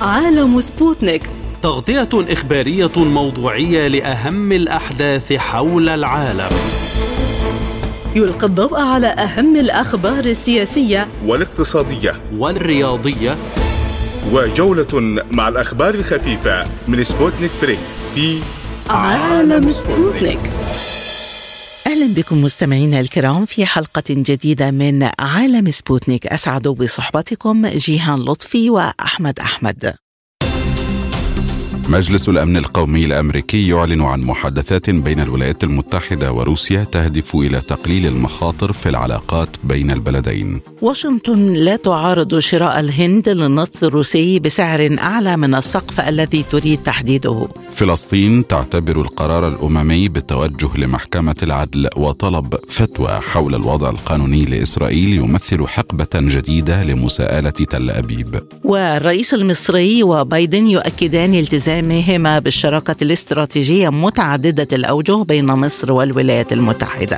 عالم سبوتنيك، تغطية إخبارية موضوعية لأهم الأحداث حول العالم. يلقي الضوء على أهم الأخبار السياسية والاقتصادية والرياضية، وجولة مع الأخبار الخفيفة من سبوتنيك بريك في عالم سبوتنيك. أهلا بكم مستمعينا الكرام في حلقة جديدة من عالم سبوتنيك. أسعد بصحبتكم جيهان لطفي وأحمد أحمد. مجلس الأمن القومي الأمريكي يعلن عن محادثات بين الولايات المتحدة وروسيا تهدف إلى تقليل المخاطر في العلاقات بين البلدين. واشنطن لا تعارض شراء الهند للنفط الروسي بسعر أعلى من السقف الذي تريد تحديده. فلسطين تعتبر القرار الأممي بالتوجه لمحكمة العدل وطلب فتوى حول الوضع القانوني لإسرائيل يمثل حقبة جديدة لمساءلة تل أبيب. والرئيس المصري وبايدن يؤكدان التزامهما بالشراكة الاستراتيجية متعددة الأوجه بين مصر والولايات المتحدة.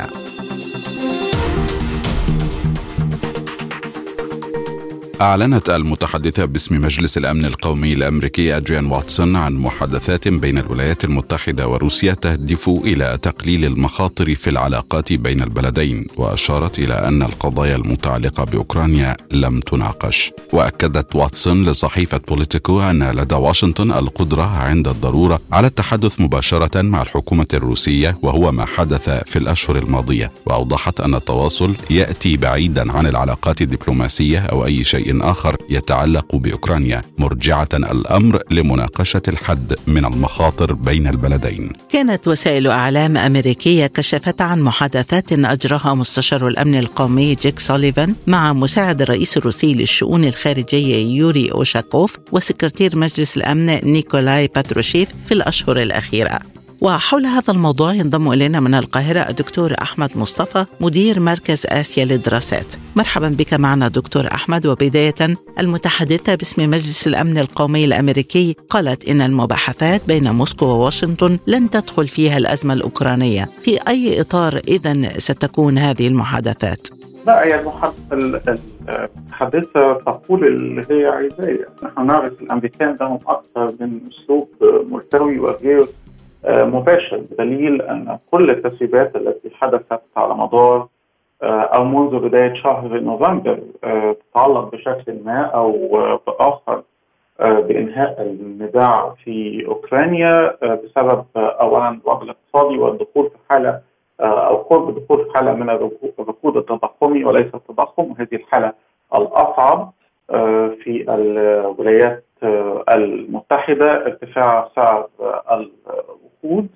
أعلنت المتحدثة باسم مجلس الأمن القومي الأمريكي أدريان واتسون عن محادثات بين الولايات المتحدة وروسيا تهدف إلى تقليل المخاطر في العلاقات بين البلدين، وأشارت إلى أن القضايا المتعلقة بأوكرانيا لم تناقش. وأكدت واتسون لصحيفة بوليتيكو أن لدى واشنطن القدرة عند الضرورة على التحدث مباشرة مع الحكومة الروسية، وهو ما حدث في الأشهر الماضية. وأوضحت أن التواصل يأتي بعيدا عن العلاقات الدبلوماسية أو أي شيء آخر يتعلق بأوكرانيا، مرجعة الأمر لمناقشة الحد من المخاطر بين البلدين. كانت وسائل أعلام أمريكية كشفت عن محادثات أجراها مستشار الأمن القومي جيك سوليفان مع مساعد الرئيس الروسي للشؤون الخارجية يوري أوشاكوف وسكرتير مجلس الأمن نيكولاي باتروشيف في الأشهر الأخيرة. وحول هذا الموضوع ينضم إلينا من القاهرة الدكتور أحمد مصطفى مدير مركز آسيا للدراسات. مرحبا بك معنا دكتور أحمد. وبداية، المتحدثة باسم مجلس الأمن القومي الأمريكي قالت إن المباحثات بين موسكو وواشنطن لن تدخل فيها الأزمة الأوكرانية. في أي إطار إذن ستكون هذه المحادثات؟ لا، هي المتحدثة تقول اللي هي عايزاه. نحن نعرف الأمريكان لهم أكثر من أسلوب ملتوي وغير مباشر، بدليل أن كل التسريبات التي حدثت على مدار أو منذ بداية شهر نوفمبر تتعلق بشكل ما أو بآخر بإنهاء النزاع في أوكرانيا بسبب أولا الوضع الاقتصادي والدخول في حالة أو قرب الدخول في حالة من الركود التضخمي وليس التضخم، وهذه الحالة الأصعب في الولايات المتحدة، ارتفاع سعر الوقود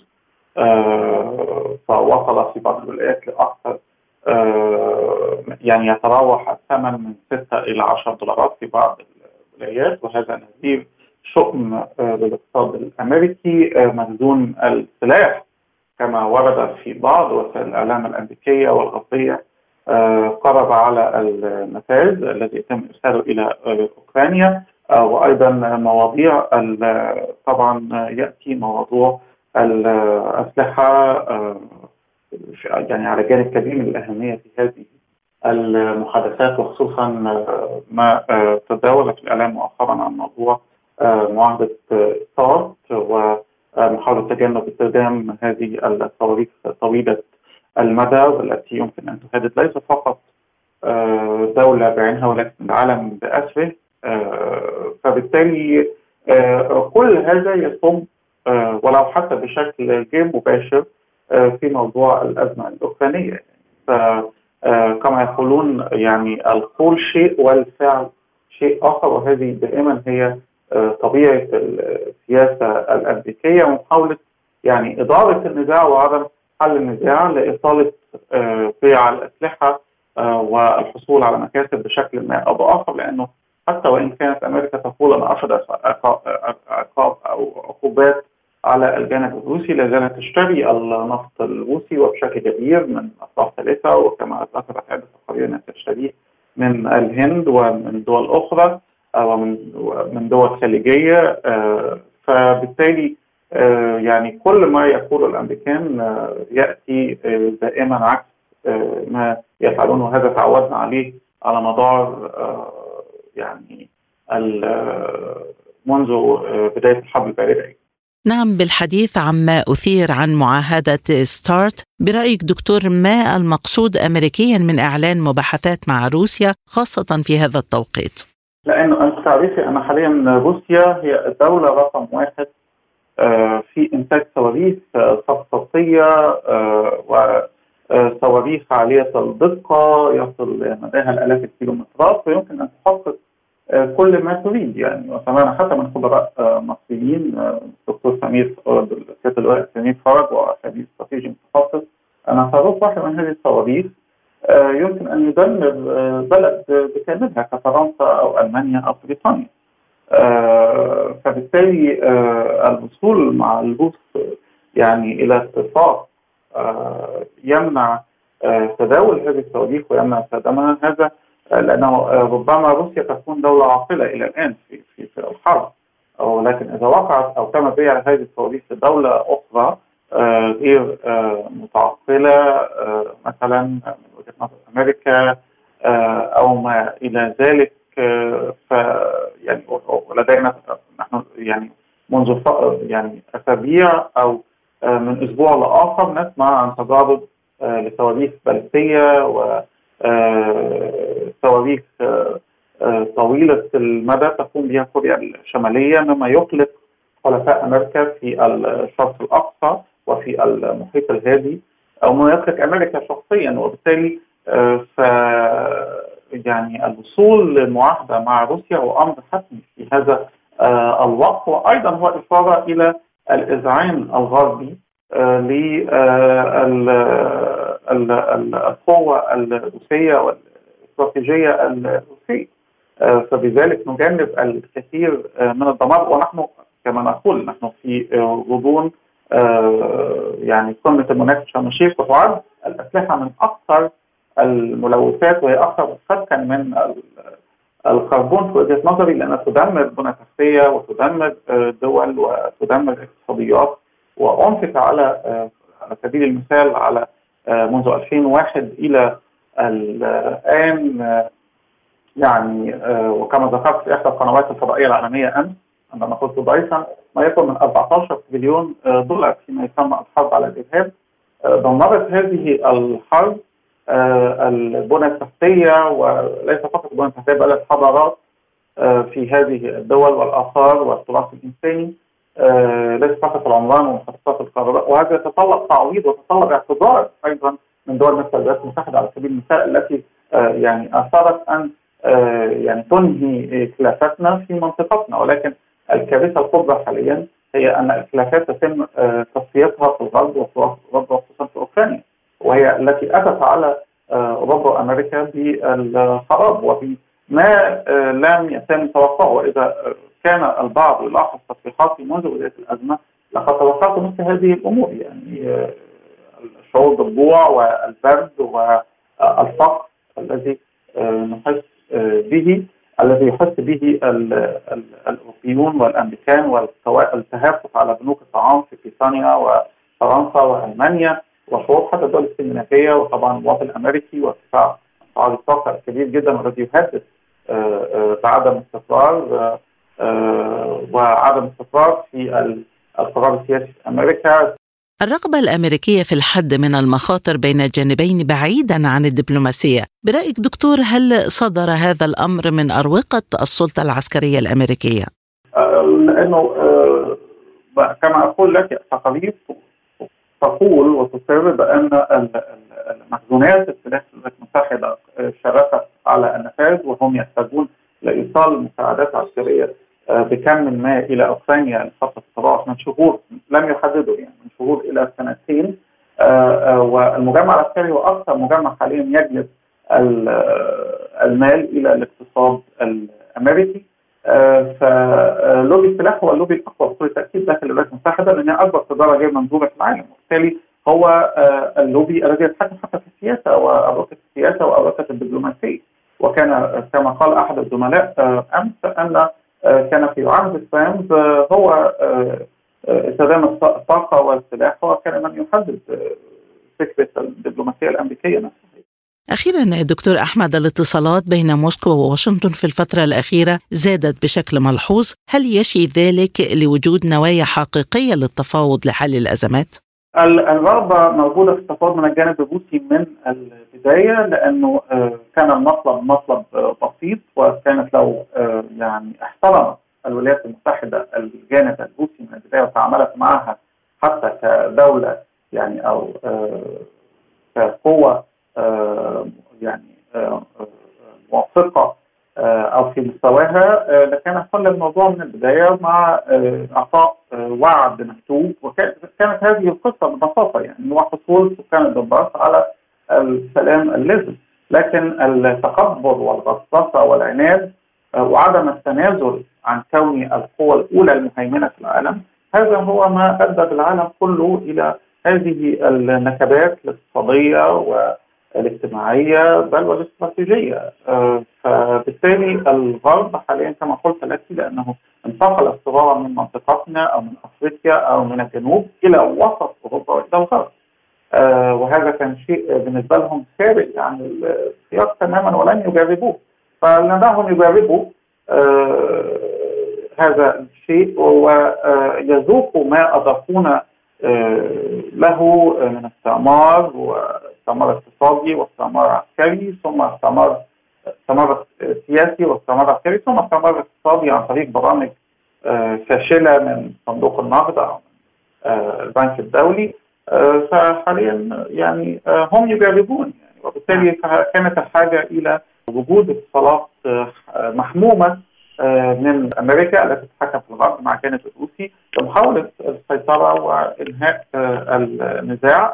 فوصل في بعض الولايات لأكثر، يعني يتراوح الثمن من 6 إلى 10 دولارات في بعض الولايات، وهذا نذير شؤم للاقتصاد الأمريكي. مخزون السلاح كما ورد في بعض وسائل الإعلام الأمريكية والغربية قرب على النفاذ الذي يتم إرساله إلى أوكرانيا. وأيضا مواضيع طبعا يأتي موضوع الأسلحة يعني على جانب كبير من الأهمية في هذه المحادثات، وخصوصا ما تداول في الإعلام مؤخرا عن موضوع معاهدة ستارت ومحاولة تجنب استخدام هذه الصواريخ طويلة المدى والتي يمكن أن تهدد ليس فقط دولة بعينها ولكن العالم بأسره. فبالتالي كل هذا يصب ولو حتى بشكل غير مباشر في موضوع الأزمة الأوكرانية. فكما يقولون يعني القول شيء والفعل شيء آخر، وهذه دائما هي طبيعة السياسة الأمريكية، ومحاولة يعني إدارة النزاع وعدم حل النزاع لإطالة بيع الأسلحة والحصول على مكاسب بشكل ما أو بآخر، لأنه حتى وإن كانت أمريكا تقول أن أخذت عقاب أو عقوبات على الجانب الروسي، لا زالت تشتري النفط الروسي وبشكل كبير من أطراف ثالثة، وكما ذكرت عدة تقارير أنها تشتريه من الهند ومن دول أخرى ومن دول خليجية. فبالتالي يعني كل ما يقوله الأمريكان يأتي دائما عكس ما يفعلونه، وهذا تعودنا عليه على مدار يعني منذ بداية الحرب الباردة. نعم، بالحديث عما أثير عن معاهدة ستارت، برأيك دكتور ما المقصود أمريكيا من إعلان مباحثات مع روسيا خاصة في هذا التوقيت؟ لأنه أنت تعرفي أن حاليا روسيا هي الدولة رقم 1 في إنتاج صواريخ صفصفية وصواريخ عالية الدقة يصل مداها الآلاف الكيلومترات، ويمكن أن تحقق كل ما تريد يعني. وسمعنا حتى من خبراء مصريين، الدكتور سمير فرج وخبير استراتيجي متخصص، أن صاروخ واحد من هذه الصواريخ يمكن أن يدمر بلد بكاملها كفرنسا أو ألمانيا أو بريطانيا. فبالتالي الوصول مع الروس يعني إلى اتفاق يمنع تداول هذه الصواريخ ويمنع استخدامها، هذا لأنه ربما روسيا تكون دولة عاقلة إلى الآن في الحرب، ولكن إذا وقعت أو تم بيع هذه الصواريخ لدولة أخرى غير متعقلة، مثلا من وجهة نظر أمريكا أو ما إلى ذلك، يعني ولدينا نحن يعني منذ يعني أسابيع أو من أسبوع لآخر نسمع عن تجارب لصواريخ باليستية وصواريخ طويلة المدى تقوم بها كوريا الشمالية، مما يقلق حلفاء أمريكا في الشرق الأقصى وفي المحيط الهادي، أو ما يقلق أمريكا شخصيا. وبالتالي يعني الوصول للمعاهدة مع روسيا هو أمر حتمي في هذا الوقت، وأيضا هو إشارة إلى الإذعان الغربي للقوة الروسية والاستراتيجية الروسية، فبذلك نجنب الكثير من الدمار. ونحن كما نقول نحن في غضون يعني قمة المناخ شرم الشيخ، وتعد الأسلحة من أكثر الملوثات وهي أكثر سكا من الكربون في وجهة نظري، لأنها تدمر بنى تحتية وتدمر دول وتدمر اقتصاديات. وأنفق على سبيل المثال على منذ 2001 إلى الآن يعني، وكما ذكرت في إحدى القنوات الفضائية العالمية أمس عندما كنت ضيفا، ما يقرب من 14 بليون دولار فيما يسمى الحرب على الإرهاب. دمرت هذه الحرب البنى التحتية، وليس فقط البنى التحتية بل الحضارات في هذه الدول والآثار والتراث الإنساني، ليس فقط العمران ومخططات القرارات. وهذا يتطلب تعويض ويتطلب اعتذار أيضا من دول مثل الولايات المتحدة على سبيل المثال، التي يعني أثرت أن يعني تنهي خلافاتنا في منطقتنا. ولكن الكارثة الكبرى حاليا هي أن الخلافات تتم تصفيتها في الغرب وخصوصا في أوكرانيا، وهي التي أتت على أوروبا وأمريكا بالخراب وبما لم يتم توقعه. وإذا كان البعض يلاحظ تصريحات منذ بداية الأزمة، لقد توقعت مثل هذه الأمور، يعني الشعور بالجوع والبرد والفقر الذي نحس به، الذي يحس به الأوروبيون والأمريكان، والتهافت على بنوك الطعام في بريطانيا وفرنسا وألمانيا وشعور حتى الدول الاسكندنافية، وطبعا الوطن الأمريكي وارتفاع أسعار الطاقة الكبير جدا والذي يهدد بعدم استقرار وعدم استقرار في القرار السياسي في أمريكا. الرغبة الأمريكية في الحد من المخاطر بين الجانبين بعيدا عن الدبلوماسية، برأيك دكتور هل صدر هذا الأمر من أروقة السلطة العسكرية الأمركية؟ لأنه كما أقول لك التقاليد تقول وتصر بأن مخزونات السلاح في الولايات المتحدة شرفت على النفاذ، وهم يحتاجون لإيصال مساعدات عسكرية بكم ما إلى أوكرانيا لفترة تراوح من شهور لم يحددوا، يعني من شهور إلى سنتين. والمجمع العسكري هو أكثر مجمع حاليا يجلب المال إلى الاقتصاد الأمريكي. فلوبي السلاح هو اللوبي الأقوى بكل تأكيد داخل الولايات المتحدة، لأنها أكبر تجارة غير منظورة في العالم، وبالتالي هو اللوبي الذي يتحكم حتى في السياسة وأروقة السياسة وأروقة الدبلوماسية. وكان كما قال أحد الزملاء أمس أن كان في عهد ترامب هو استخدام الطاقة والسلاح، وكان من يحدد فكرة الدبلوماسية الأمريكية نفسها. أخيرا دكتور أحمد، الاتصالات بين موسكو وواشنطن في الفترة الأخيرة زادت بشكل ملحوظ، هل يشي ذلك لوجود نوايا حقيقية للتفاوض لحل الأزمات؟ الرغبة موجودة في التفاوض من الجانب الروسي من البداية، لأنه كان المطلب بسيط، وكانت لو يعني احترمت الولايات المتحدة الجانب الروسي من البداية وتعاملت معها حتى كدولة يعني أو كقوة يعني موافقة أو في مستواها، لكان حل الموضوع من البداية مع إعطاء وعد مكتوب. وكانت هذه القصة ببساطة يعني وحصول سكان الدنباس على السلام اللازم، لكن التكبر والغطرسة والعناد وعدم التنازل عن كون القوى الأولى المهيمنة في العالم، هذا هو ما أدى العالم كله إلى هذه النكبات الاقتصادية والاجتماعية بل والاستراتيجية. فبالتالي الغرب حاليا كما قلت لك، لأنه انتقل الصراع من منطقتنا أو من أفريقيا أو من الجنوب إلى وسط أوروبا وإلى الغرب، وهذا كان شيء بالنسبة لهم خارج عن السياق تماما ولن يجربوه، فلنهم يجربوا هذا الشيء ويذوقوا ما أضافونا له من استعمار واستعمار اقتصادي واستعمار عسكري، ثم استعمار سياسي واستعمار عسكري، ثم استعمار اقتصادي عن طريق برامج فاشلة من صندوق النقد أو البنك الدولي. فحاليا يعني هم يجربون يعني، وبالتالي كانت الحاجة إلى وجود اتصالات محمومة من أمريكا التي تتحكم في الغرب مع الجانب الروسي لمحاولة السيطرة وإنهاء النزاع.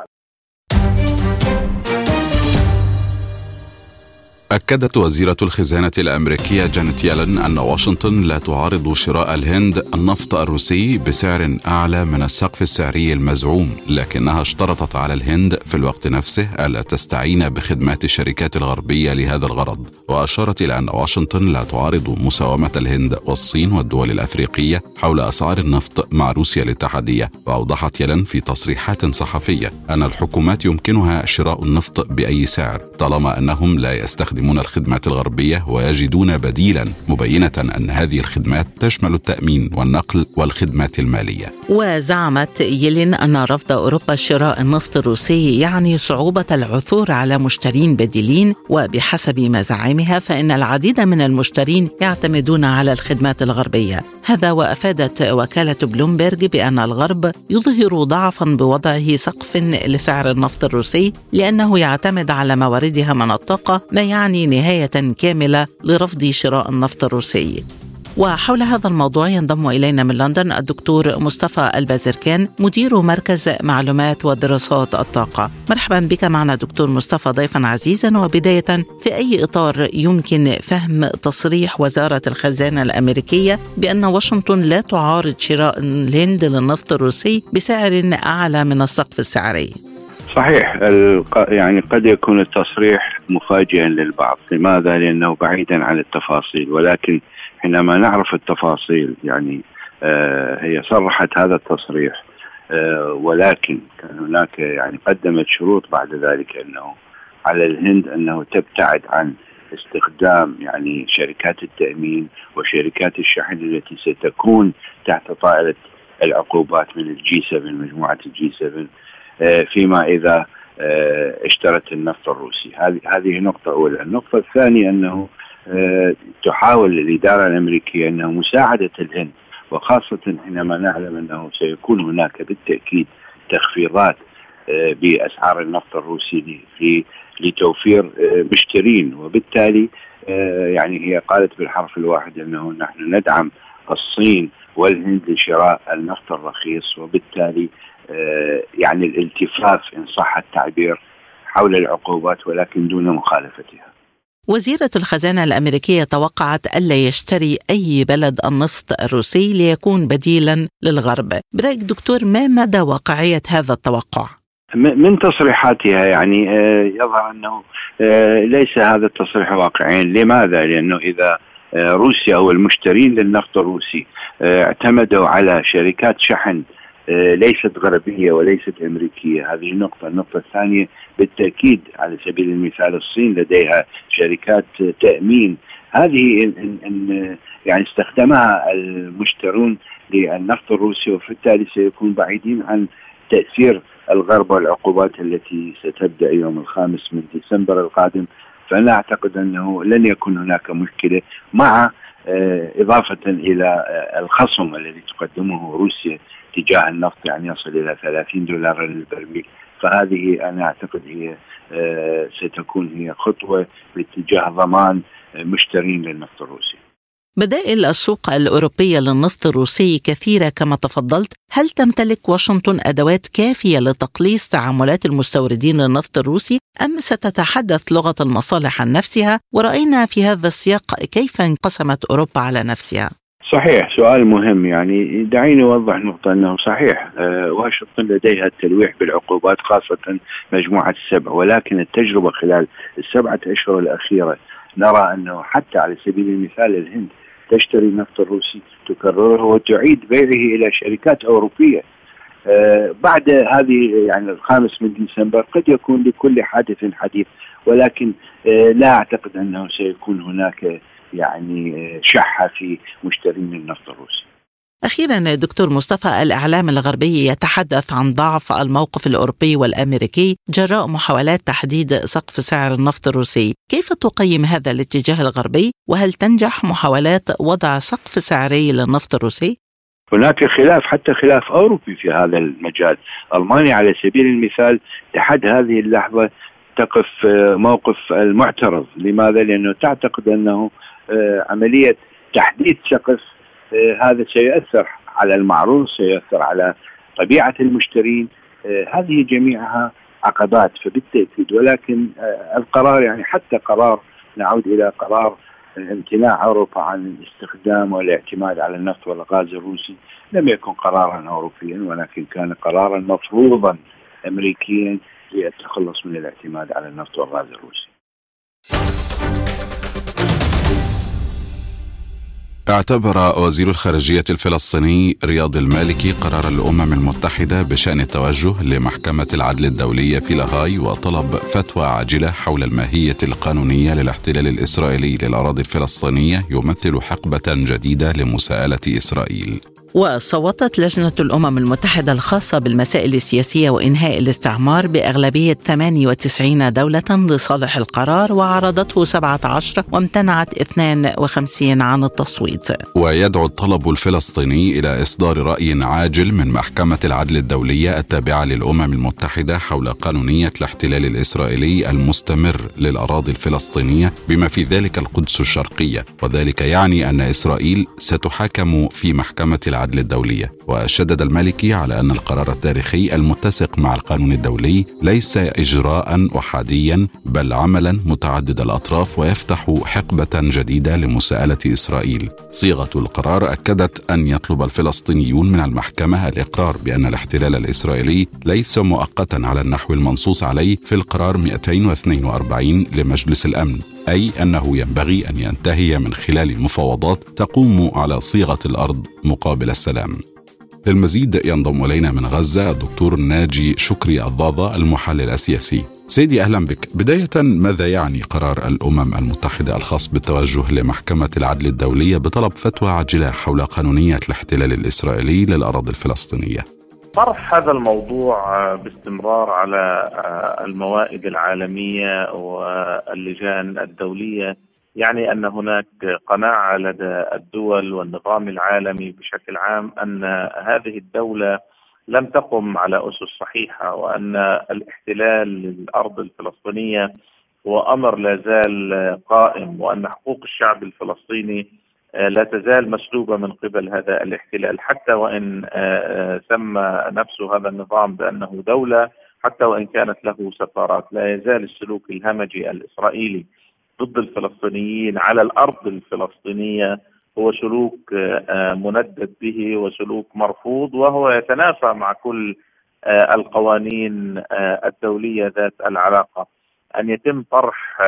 أكدت وزيرة الخزانة الأمريكية جانيت يالن أن واشنطن لا تعارض شراء الهند النفط الروسي بسعر أعلى من السقف السعري المزعوم، لكنها اشترطت على الهند في الوقت نفسه ألا تستعين بخدمات الشركات الغربية لهذا الغرض. وأشارت إلى أن واشنطن لا تعارض مساومة الهند والصين والدول الأفريقية حول أسعار النفط مع روسيا الاتحادية. وأوضحت يالن في تصريحات صحفية أن الحكومات يمكنها شراء النفط بأي سعر طالما أنهم لا يستخدمون الخدمات الغربية ويجدون بديلا، مبينة أن هذه الخدمات تشمل التأمين والنقل والخدمات المالية. وزعمت يلين أن رفض أوروبا شراء النفط الروسي يعني صعوبة العثور على مشترين بديلين، وبحسب مزاعمها فإن العديد من المشترين يعتمدون على الخدمات الغربية. هذا وأفادت وكالة بلومبرج بأن الغرب يظهر ضعفا بوضعه سقف لسعر النفط الروسي لأنه يعتمد على مواردها من الطاقة، ما يعني نهاية كاملة لرفض شراء النفط الروسي. وحول هذا الموضوع ينضم إلينا من لندن الدكتور مصطفى البازركان، مدير مركز معلومات ودراسات الطاقة. مرحبا بك معنا دكتور مصطفى ضيفا عزيزا. وبداية، في أي إطار يمكن فهم تصريح وزارة الخزانة الأمريكية بأن واشنطن لا تعارض شراء الهند للنفط الروسي بسعر أعلى من السقف السعري؟ صحيح، يعني قد يكون التصريح مفاجئا للبعض. لماذا؟ لأنه بعيدا عن التفاصيل، ولكن حينما نعرف التفاصيل يعني هي صرحت هذا التصريح، ولكن كان هناك يعني قدمت شروط بعد ذلك أنه على الهند أنه تبتعد عن استخدام يعني شركات التأمين وشركات الشحن التي ستكون تحت طائلة العقوبات من الجي 7، مجموعة الجي 7، فيما إذا اشترت النفط الروسي. هذه نقطة أولى. النقطة الثانية أنه تحاول الإدارة الأمريكية أنه مساعدة الهند، وخاصة حينما نعلم أنه سيكون هناك بالتأكيد تخفيضات بأسعار النفط الروسي لتوفير مشترين، وبالتالي يعني هي قالت بالحرف الواحد أنه نحن ندعم الصين والهند لشراء النفط الرخيص، وبالتالي يعني الالتفاف إن صح التعبير حول العقوبات ولكن دون مخالفتها. وزيرة الخزانة الأمريكية توقعت ألا يشتري أي بلد النفط الروسي ليكون بديلا للغرب. برأيك دكتور، ما مدى واقعية هذا التوقع؟ من تصريحاتها يعني يظهر أنه ليس هذا التصريح واقعيا. لماذا؟ لأنه إذا روسيا أو المشترين للنفط الروسي اعتمدوا على شركات شحن ليست غربية وليست أمريكية. هذه النقطة الثانية بالتأكيد على سبيل المثال الصين لديها شركات تأمين، هذه يعني استخدمها المشترون للنفط الروسي، وفي التالي سيكون بعيدين عن تأثير الغرب والعقوبات التي ستبدأ يوم 5 ديسمبر القادم. فأنا أعتقد أنه لن يكون هناك مشكلة، مع إضافة إلى الخصم الذي تقدمه روسيا تجاه النفط، يعني يصل إلى $30 للبرميل. فهذه أنا أعتقد هي ستكون هي خطوة باتجاه ضمان مشترين للنفط الروسي. بدائل السوق الأوروبية للنفط الروسي كثيرة كما تفضلت، هل تمتلك واشنطن أدوات كافية لتقليص تعاملات المستوردين للنفط الروسي أم ستتحدث لغة المصالح عن نفسها؟ ورأينا في هذا السياق كيف انقسمت أوروبا على نفسها. صحيح، سؤال مهم. يعني دعيني أوضح نقطة أنه صحيح واشنطن لديها التلويح بالعقوبات خاصة مجموعة 7، ولكن التجربة خلال 7 أشهر الأخيرة نرى أنه حتى على سبيل المثال الهند تشتري النفط الروسي، تكرره وتعيد بيعه إلى شركات أوروبية. بعد هذه يعني 5 ديسمبر قد يكون لكل حادث حديث، ولكن لا أعتقد أنه سيكون هناك يعني شحة في مشترين النفط الروسي. أخيراً دكتور مصطفى، الإعلام الغربي يتحدث عن ضعف الموقف الأوروبي والأمريكي جراء محاولات تحديد سقف سعر النفط الروسي، كيف تقيم هذا الاتجاه الغربي؟ وهل تنجح محاولات وضع سقف سعري للنفط الروسي؟ هناك خلاف، حتى خلاف أوروبي في هذا المجال. ألمانيا على سبيل المثال لحد هذه اللحظة تقف موقف المعترض. لماذا؟ لأنه تعتقد أنه عملية تحديد سقف هذا سيؤثر على المعروض، سيؤثر على طبيعة المشترين. هذه جميعها عقبات فبالتأكيد، ولكن القرار يعني حتى قرار، نعود إلى قرار امتناع أوروبا عن الاستخدام والاعتماد على النفط والغاز الروسي، لم يكن قرارا أوروبيا، ولكن كان قرارا مفروضا أمريكيا للتخلص من الاعتماد على النفط والغاز الروسي. اعتبر وزير الخارجية الفلسطيني رياض المالكي قرار الأمم المتحدة بشأن التوجه لمحكمة العدل الدولية في لاهاي وطلب فتوى عاجلة حول الماهية القانونية للاحتلال الإسرائيلي للأراضي الفلسطينية يمثل حقبة جديدة لمساءلة إسرائيل. وصوتت لجنة الأمم المتحدة الخاصة بالمسائل السياسية وإنهاء الاستعمار بأغلبية 98 دولة لصالح القرار، وعرضته 17 وامتنعت 52 عن التصويت. ويدعو الطلب الفلسطيني إلى إصدار رأي عاجل من محكمة العدل الدولية التابعة للأمم المتحدة حول قانونية الاحتلال الإسرائيلي المستمر للأراضي الفلسطينية بما في ذلك القدس الشرقية، وذلك يعني أن إسرائيل ستحاكم في محكمة العدل الدولية. وشدد المالكي على أن القرار التاريخي المتسق مع القانون الدولي ليس إجراء أحاديا بل عملا متعدد الأطراف، ويفتح حقبة جديدة لمساءلة إسرائيل. صيغة القرار أكدت أن يطلب الفلسطينيون من المحكمة الإقرار بأن الاحتلال الإسرائيلي ليس مؤقتا على النحو المنصوص عليه في القرار 242 لمجلس الأمن، أي أنه ينبغي أن ينتهي من خلال مفاوضات تقوم على صيغة الأرض مقابل السلام. للمزيد ينضم إلينا من غزة الدكتور ناجي شكري الضاضة المحلل السياسي. سيدي أهلا بك. بداية، ماذا يعني قرار الأمم المتحدة الخاص بالتوجه لمحكمة العدل الدولية بطلب فتوى عاجلة حول قانونية الاحتلال الإسرائيلي للأراضي الفلسطينية؟ طرح هذا الموضوع باستمرار على الموائد العالمية واللجان الدولية يعني أن هناك قناعة لدى الدول والنظام العالمي بشكل عام أن هذه الدولة لم تقم على أسس صحيحة، وأن الاحتلال للأرض الفلسطينية هو أمر لا زال قائم، وأن حقوق الشعب الفلسطيني لا تزال مسلوبة من قبل هذا الاحتلال، حتى وإن سمى نفسه هذا النظام بأنه دولة، حتى وإن كانت له سفارات، لا يزال السلوك الهمجي الإسرائيلي ضد الفلسطينيين على الأرض الفلسطينية هو سلوك مندد به وسلوك مرفوض، وهو يتنافى مع كل القوانين الدولية ذات العلاقة. أن يتم طرح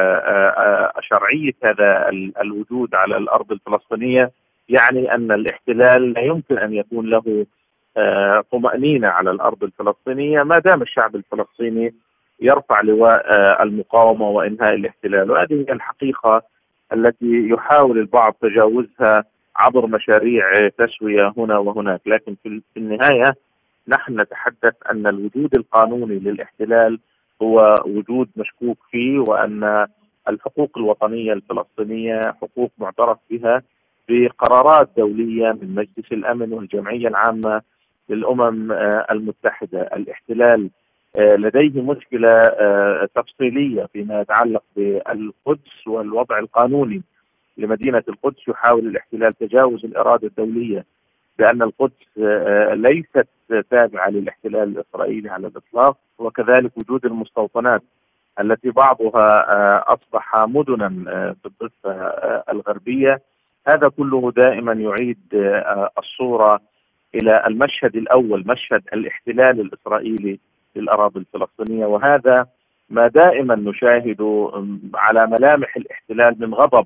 شرعية هذا الوجود على الأرض الفلسطينية يعني أن الاحتلال لا يمكن أن يكون له طمأنينة على الأرض الفلسطينية ما دام الشعب الفلسطيني يرفع لواء المقاومة وإنهاء الاحتلال. وهذه هي الحقيقة التي يحاول البعض تجاوزها عبر مشاريع تسوية هنا وهناك، لكن في النهاية نحن نتحدث أن الوجود القانوني للاحتلال هو وجود مشكوك فيه، وأن الحقوق الوطنية الفلسطينية حقوق معترف بها بقرارات دولية من مجلس الأمن والجمعية العامة للأمم المتحدة. الاحتلال لديه مشكلة تفصيلية فيما يتعلق بالقدس والوضع القانوني لمدينة القدس. يحاول الاحتلال تجاوز الإرادة الدولية بأن القدس ليست تابعة للاحتلال الإسرائيلي على الإطلاق، وكذلك وجود المستوطنات التي بعضها أصبح مدنا في الضفة الغربية. هذا كله دائما يعيد الصورة إلى المشهد الأول، مشهد الاحتلال الإسرائيلي للأراضي الفلسطينية، وهذا ما دائما نشاهد على ملامح الاحتلال من غضب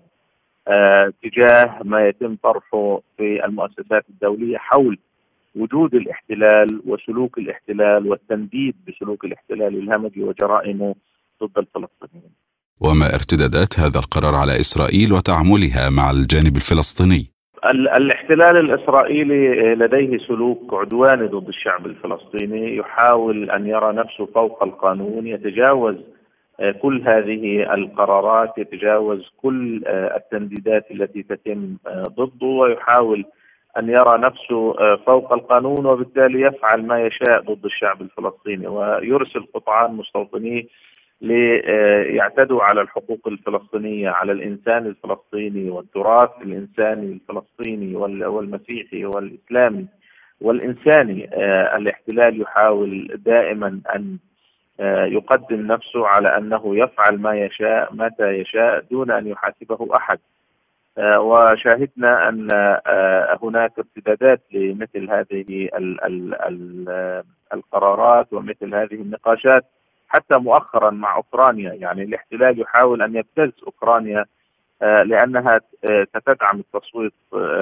تجاه ما يتم طرحه في المؤسسات الدولية حول وجود الاحتلال وسلوك الاحتلال والتنديد بسلوك الاحتلال الهمجي وجرائمه ضد الفلسطينيين. وما ارتدادات هذا القرار على إسرائيل وتعاملها مع الجانب الفلسطيني؟ الاحتلال الإسرائيلي لديه سلوك عدواني ضد الشعب الفلسطيني، يحاول أن يرى نفسه فوق القانون، يتجاوز كل هذه القرارات، يتجاوز كل التنديدات التي تتم ضده، ويحاول أن يرى نفسه فوق القانون، وبالتالي يفعل ما يشاء ضد الشعب الفلسطيني ويرسل قطعان مستوطنين ليعتدوا على الحقوق الفلسطينية، على الإنسان الفلسطيني والتراث الإنساني الفلسطيني والمسيحي والإسلامي والإنساني. الاحتلال يحاول دائما أن يقدم نفسه على أنه يفعل ما يشاء متى يشاء دون أن يحاسبه أحد. وشاهدنا أن هناك ارتدادات لمثل هذه القرارات ومثل هذه النقاشات حتى مؤخرا مع أوكرانيا. يعني الاحتلال يحاول أن يبتز أوكرانيا لأنها ستدعم التصويت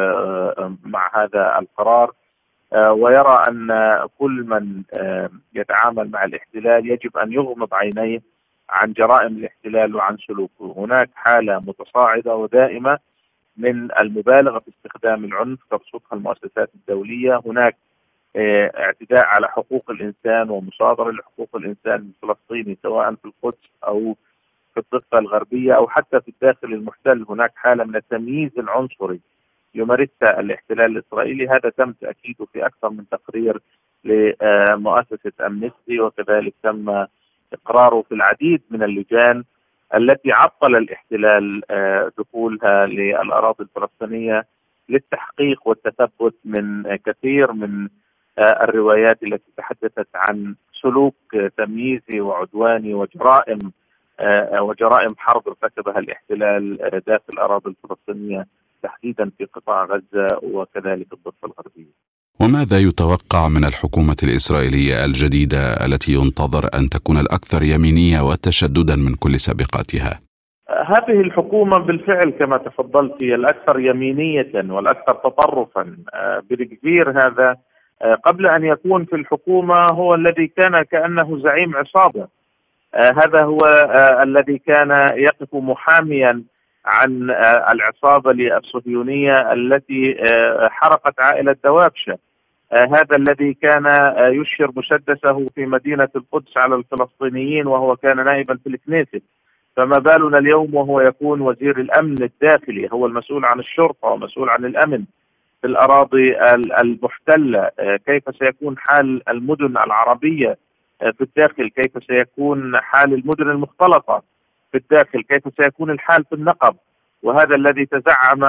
مع هذا القرار، ويرى أن كل من يتعامل مع الاحتلال يجب أن يغمض عينيه عن جرائم الاحتلال وعن سلوكه. هناك حالة متصاعدة ودائمة من المبالغة في استخدام العنف ترصدها المؤسسات الدولية. هناك اعتداء على حقوق الإنسان ومصادرة لحقوق الإنسان الفلسطيني سواء في القدس أو في الضفة الغربية أو حتى في الداخل المحتل. هناك حالة من التمييز العنصري يمارسها الاحتلال الإسرائيلي. هذا تم تأكيده في أكثر من تقرير لمؤسسة أمنستي، وكذلك تم إقراره في العديد من اللجان التي عطل الاحتلال دخولها للأراضي الفلسطينية للتحقيق والتثبت من كثير من الروايات التي تحدثت عن سلوك تمييزي وعدواني وجرائم حرب ارتكبها الاحتلال داخل الأراضي الفلسطينية تحديدا في قطاع غزة وكذلك الضفة الغربية. وماذا يتوقع من الحكومة الإسرائيلية الجديدة التي ينتظر أن تكون الأكثر يمينية وتشددا من كل سابقاتها؟ هذه الحكومة بالفعل كما تفضلت هي الأكثر يمينية والأكثر تطرفا بكبير. هذا قبل أن يكون في الحكومة هو الذي كان كأنه زعيم عصابة. هذا هو الذي كان يقف محاميا عن العصابة الصهيونية التي حرقت عائلة دوابشة. هذا الذي كان يشهر مسدسه في مدينة القدس على الفلسطينيين وهو كان نائبا في الكنيست. فما بالنا اليوم وهو يكون وزير الأمن الداخلي، هو المسؤول عن الشرطة ومسؤول عن الأمن في الأراضي المحتلة. كيف سيكون حال المدن العربية في الداخل؟ كيف سيكون حال المدن المختلطة في الداخل؟ كيف سيكون الحال في النقب؟ وهذا الذي تزعم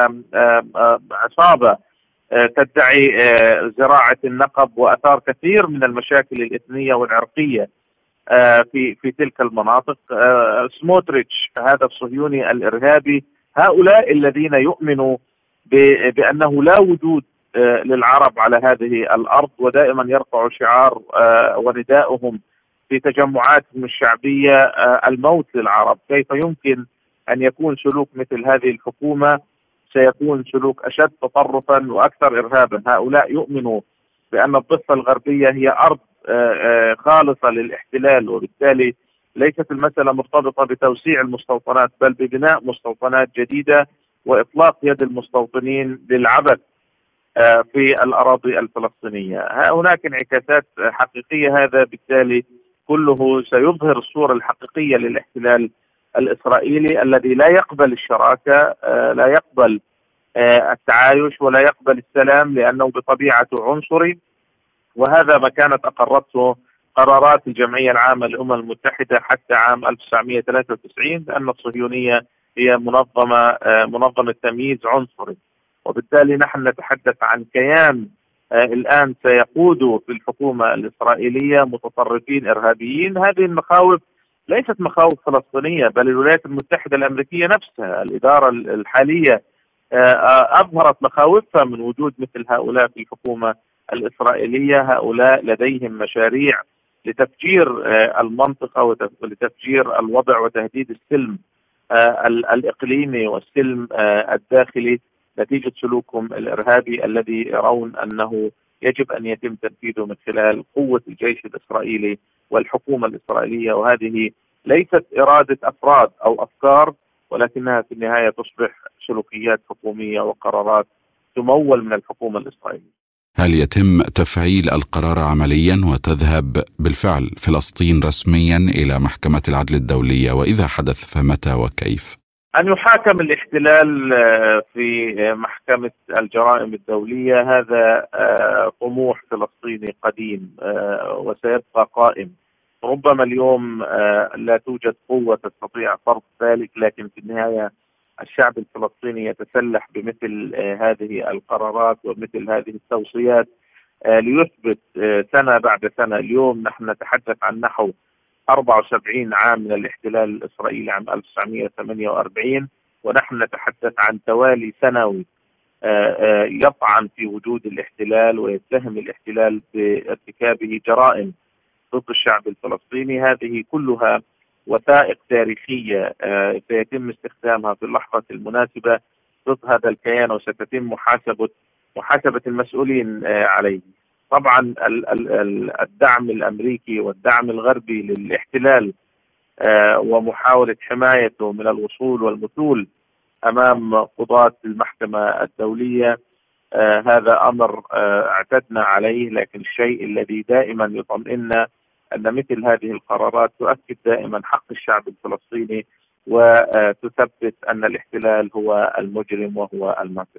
عصابة تدعي زراعة النقب وأثار كثير من المشاكل الإثنية والعرقية في تلك المناطق. سموتريتش هذا الصهيوني الإرهابي، هؤلاء الذين يؤمنوا بأنه لا وجود للعرب على هذه الأرض ودائما يرفعوا شعار ونداؤهم في تجمعاتهم الشعبية الموت للعرب. كيف يمكن أن يكون سلوك مثل هذه الحكومة؟ سيكون سلوك أشد تطرفا وأكثر إرهابا. هؤلاء يؤمنوا بأن الضفة الغربية هي أرض خالصة للاحتلال، وبالتالي ليست المسألة مرتبطة بتوسيع المستوطنات بل ببناء مستوطنات جديدة وإطلاق يد المستوطنين للعبث في الأراضي الفلسطينية. هناك انعكاسات حقيقية، هذا بالتالي كله سيظهر الصورة الحقيقية للاحتلال الإسرائيلي الذي لا يقبل الشراكة، لا يقبل التعايش ولا يقبل السلام، لأنه بطبيعته عنصري. وهذا ما كانت أقرته قرارات الجمعية العامة للأمم المتحدة حتى عام 1993 بأن الصهيونية هي منظمة تمييز عنصري. وبالتالي نحن نتحدث عن كيان الآن سيقود في الحكومة الإسرائيلية متطرفين إرهابيين. هذه المخاوف ليست مخاوف فلسطينية بل الولايات المتحدة الأمريكية نفسها، الإدارة الحالية أظهرت مخاوفها من وجود مثل هؤلاء في الحكومة الإسرائيلية. هؤلاء لديهم مشاريع لتفجير المنطقة ولتفجير الوضع وتهديد السلم الإقليمي والسلم الداخلي نتيجة سلوكهم الإرهابي الذي يرون أنه يجب أن يتم تنفيذه من خلال قوة الجيش الإسرائيلي والحكومة الإسرائيلية. وهذه ليست إرادة أفراد أو أفكار، ولكنها في النهاية تصبح سلوكيات حكومية وقرارات تمول من الحكومة الإسرائيلية. هل يتم تفعيل القرار عمليا وتذهب بالفعل فلسطين رسميا إلى محكمة العدل الدولية؟ وإذا حدث فمتى وكيف؟ أن يحاكم الاحتلال في محكمة الجرائم الدولية هذا طموح فلسطيني قديم وسيبقى قائم. ربما اليوم لا توجد قوة تستطيع فرض ذلك، لكن في النهاية الشعب الفلسطيني يتسلح بمثل هذه القرارات ومثل هذه التوصيات ليثبت سنة بعد سنة. اليوم نحن نتحدث عن نحو 74 عام من الاحتلال الإسرائيلي عام 1948، ونحن نتحدث عن توالي سنوي يطعن في وجود الاحتلال ويتهم الاحتلال بارتكابه جرائم ضد الشعب الفلسطيني. هذه كلها وثائق تاريخية سيتم استخدامها في اللحظة المناسبة ضد هذا الكيان، وستتم محاسبة المسؤولين عليه. طبعا الدعم الأمريكي والدعم الغربي للاحتلال ومحاولة حمايته من الوصول والمثول أمام قضاة المحكمة الدولية، هذا أمر اعتدنا عليه. لكن الشيء الذي دائما يطمئننا أن مثل هذه القرارات تؤكد دائما حق الشعب الفلسطيني وتثبت أن الاحتلال هو المجرم وهو المعتدي.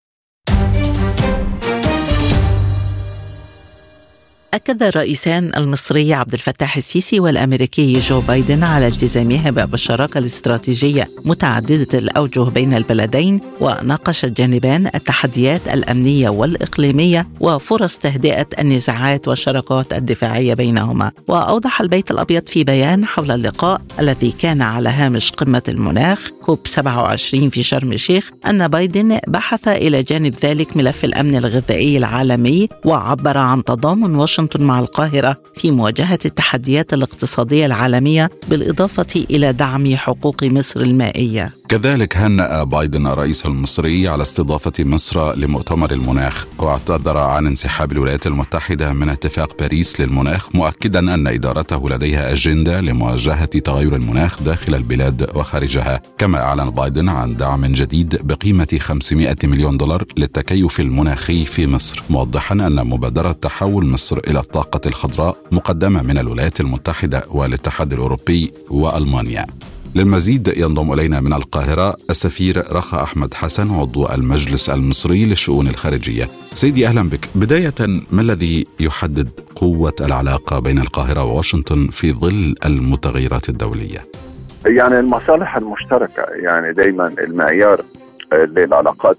أكد الرئيسان المصري عبد الفتاح السيسي والأمريكي جو بايدن على التزامهما بالشراكة الاستراتيجية متعددة الأوجه بين البلدين، وناقش الجانبان التحديات الأمنية والإقليمية وفرص تهدئة النزاعات والشراكات الدفاعية بينهما. وأوضح البيت الأبيض في بيان حول اللقاء الذي كان على هامش قمة المناخ كوب 27 في شرم الشيخ أن بايدن بحث إلى جانب ذلك ملف الأمن الغذائي العالمي، وعبر عن تضامن واشنطن مع القاهرة في مواجهة التحديات الاقتصادية العالمية بالإضافة إلى دعم حقوق مصر المائية. كذلك هنأ بايدن الرئيس المصري على استضافة مصر لمؤتمر المناخ، واعتذر عن انسحاب الولايات المتحدة من اتفاق باريس للمناخ، مؤكدا أن إدارته لديها أجندة لمواجهة تغير المناخ داخل البلاد وخارجها. كما أعلن بايدن عن دعم جديد بقيمة $500 مليون للتكيف المناخي في مصر، موضحا أن مبادرة تحول مصر إلى الطاقة الخضراء مقدمة من الولايات المتحدة والاتحاد الأوروبي وألمانيا. للمزيد ينضم إلينا من القاهرة السفير رخا أحمد حسن، عضو المجلس المصري للشؤون الخارجية. سيدي أهلا بك. بداية، ما الذي يحدد قوة العلاقة بين القاهرة وواشنطن في ظل المتغيرات الدولية؟ يعني المصالح المشتركة، يعني دايما المعيار للعلاقات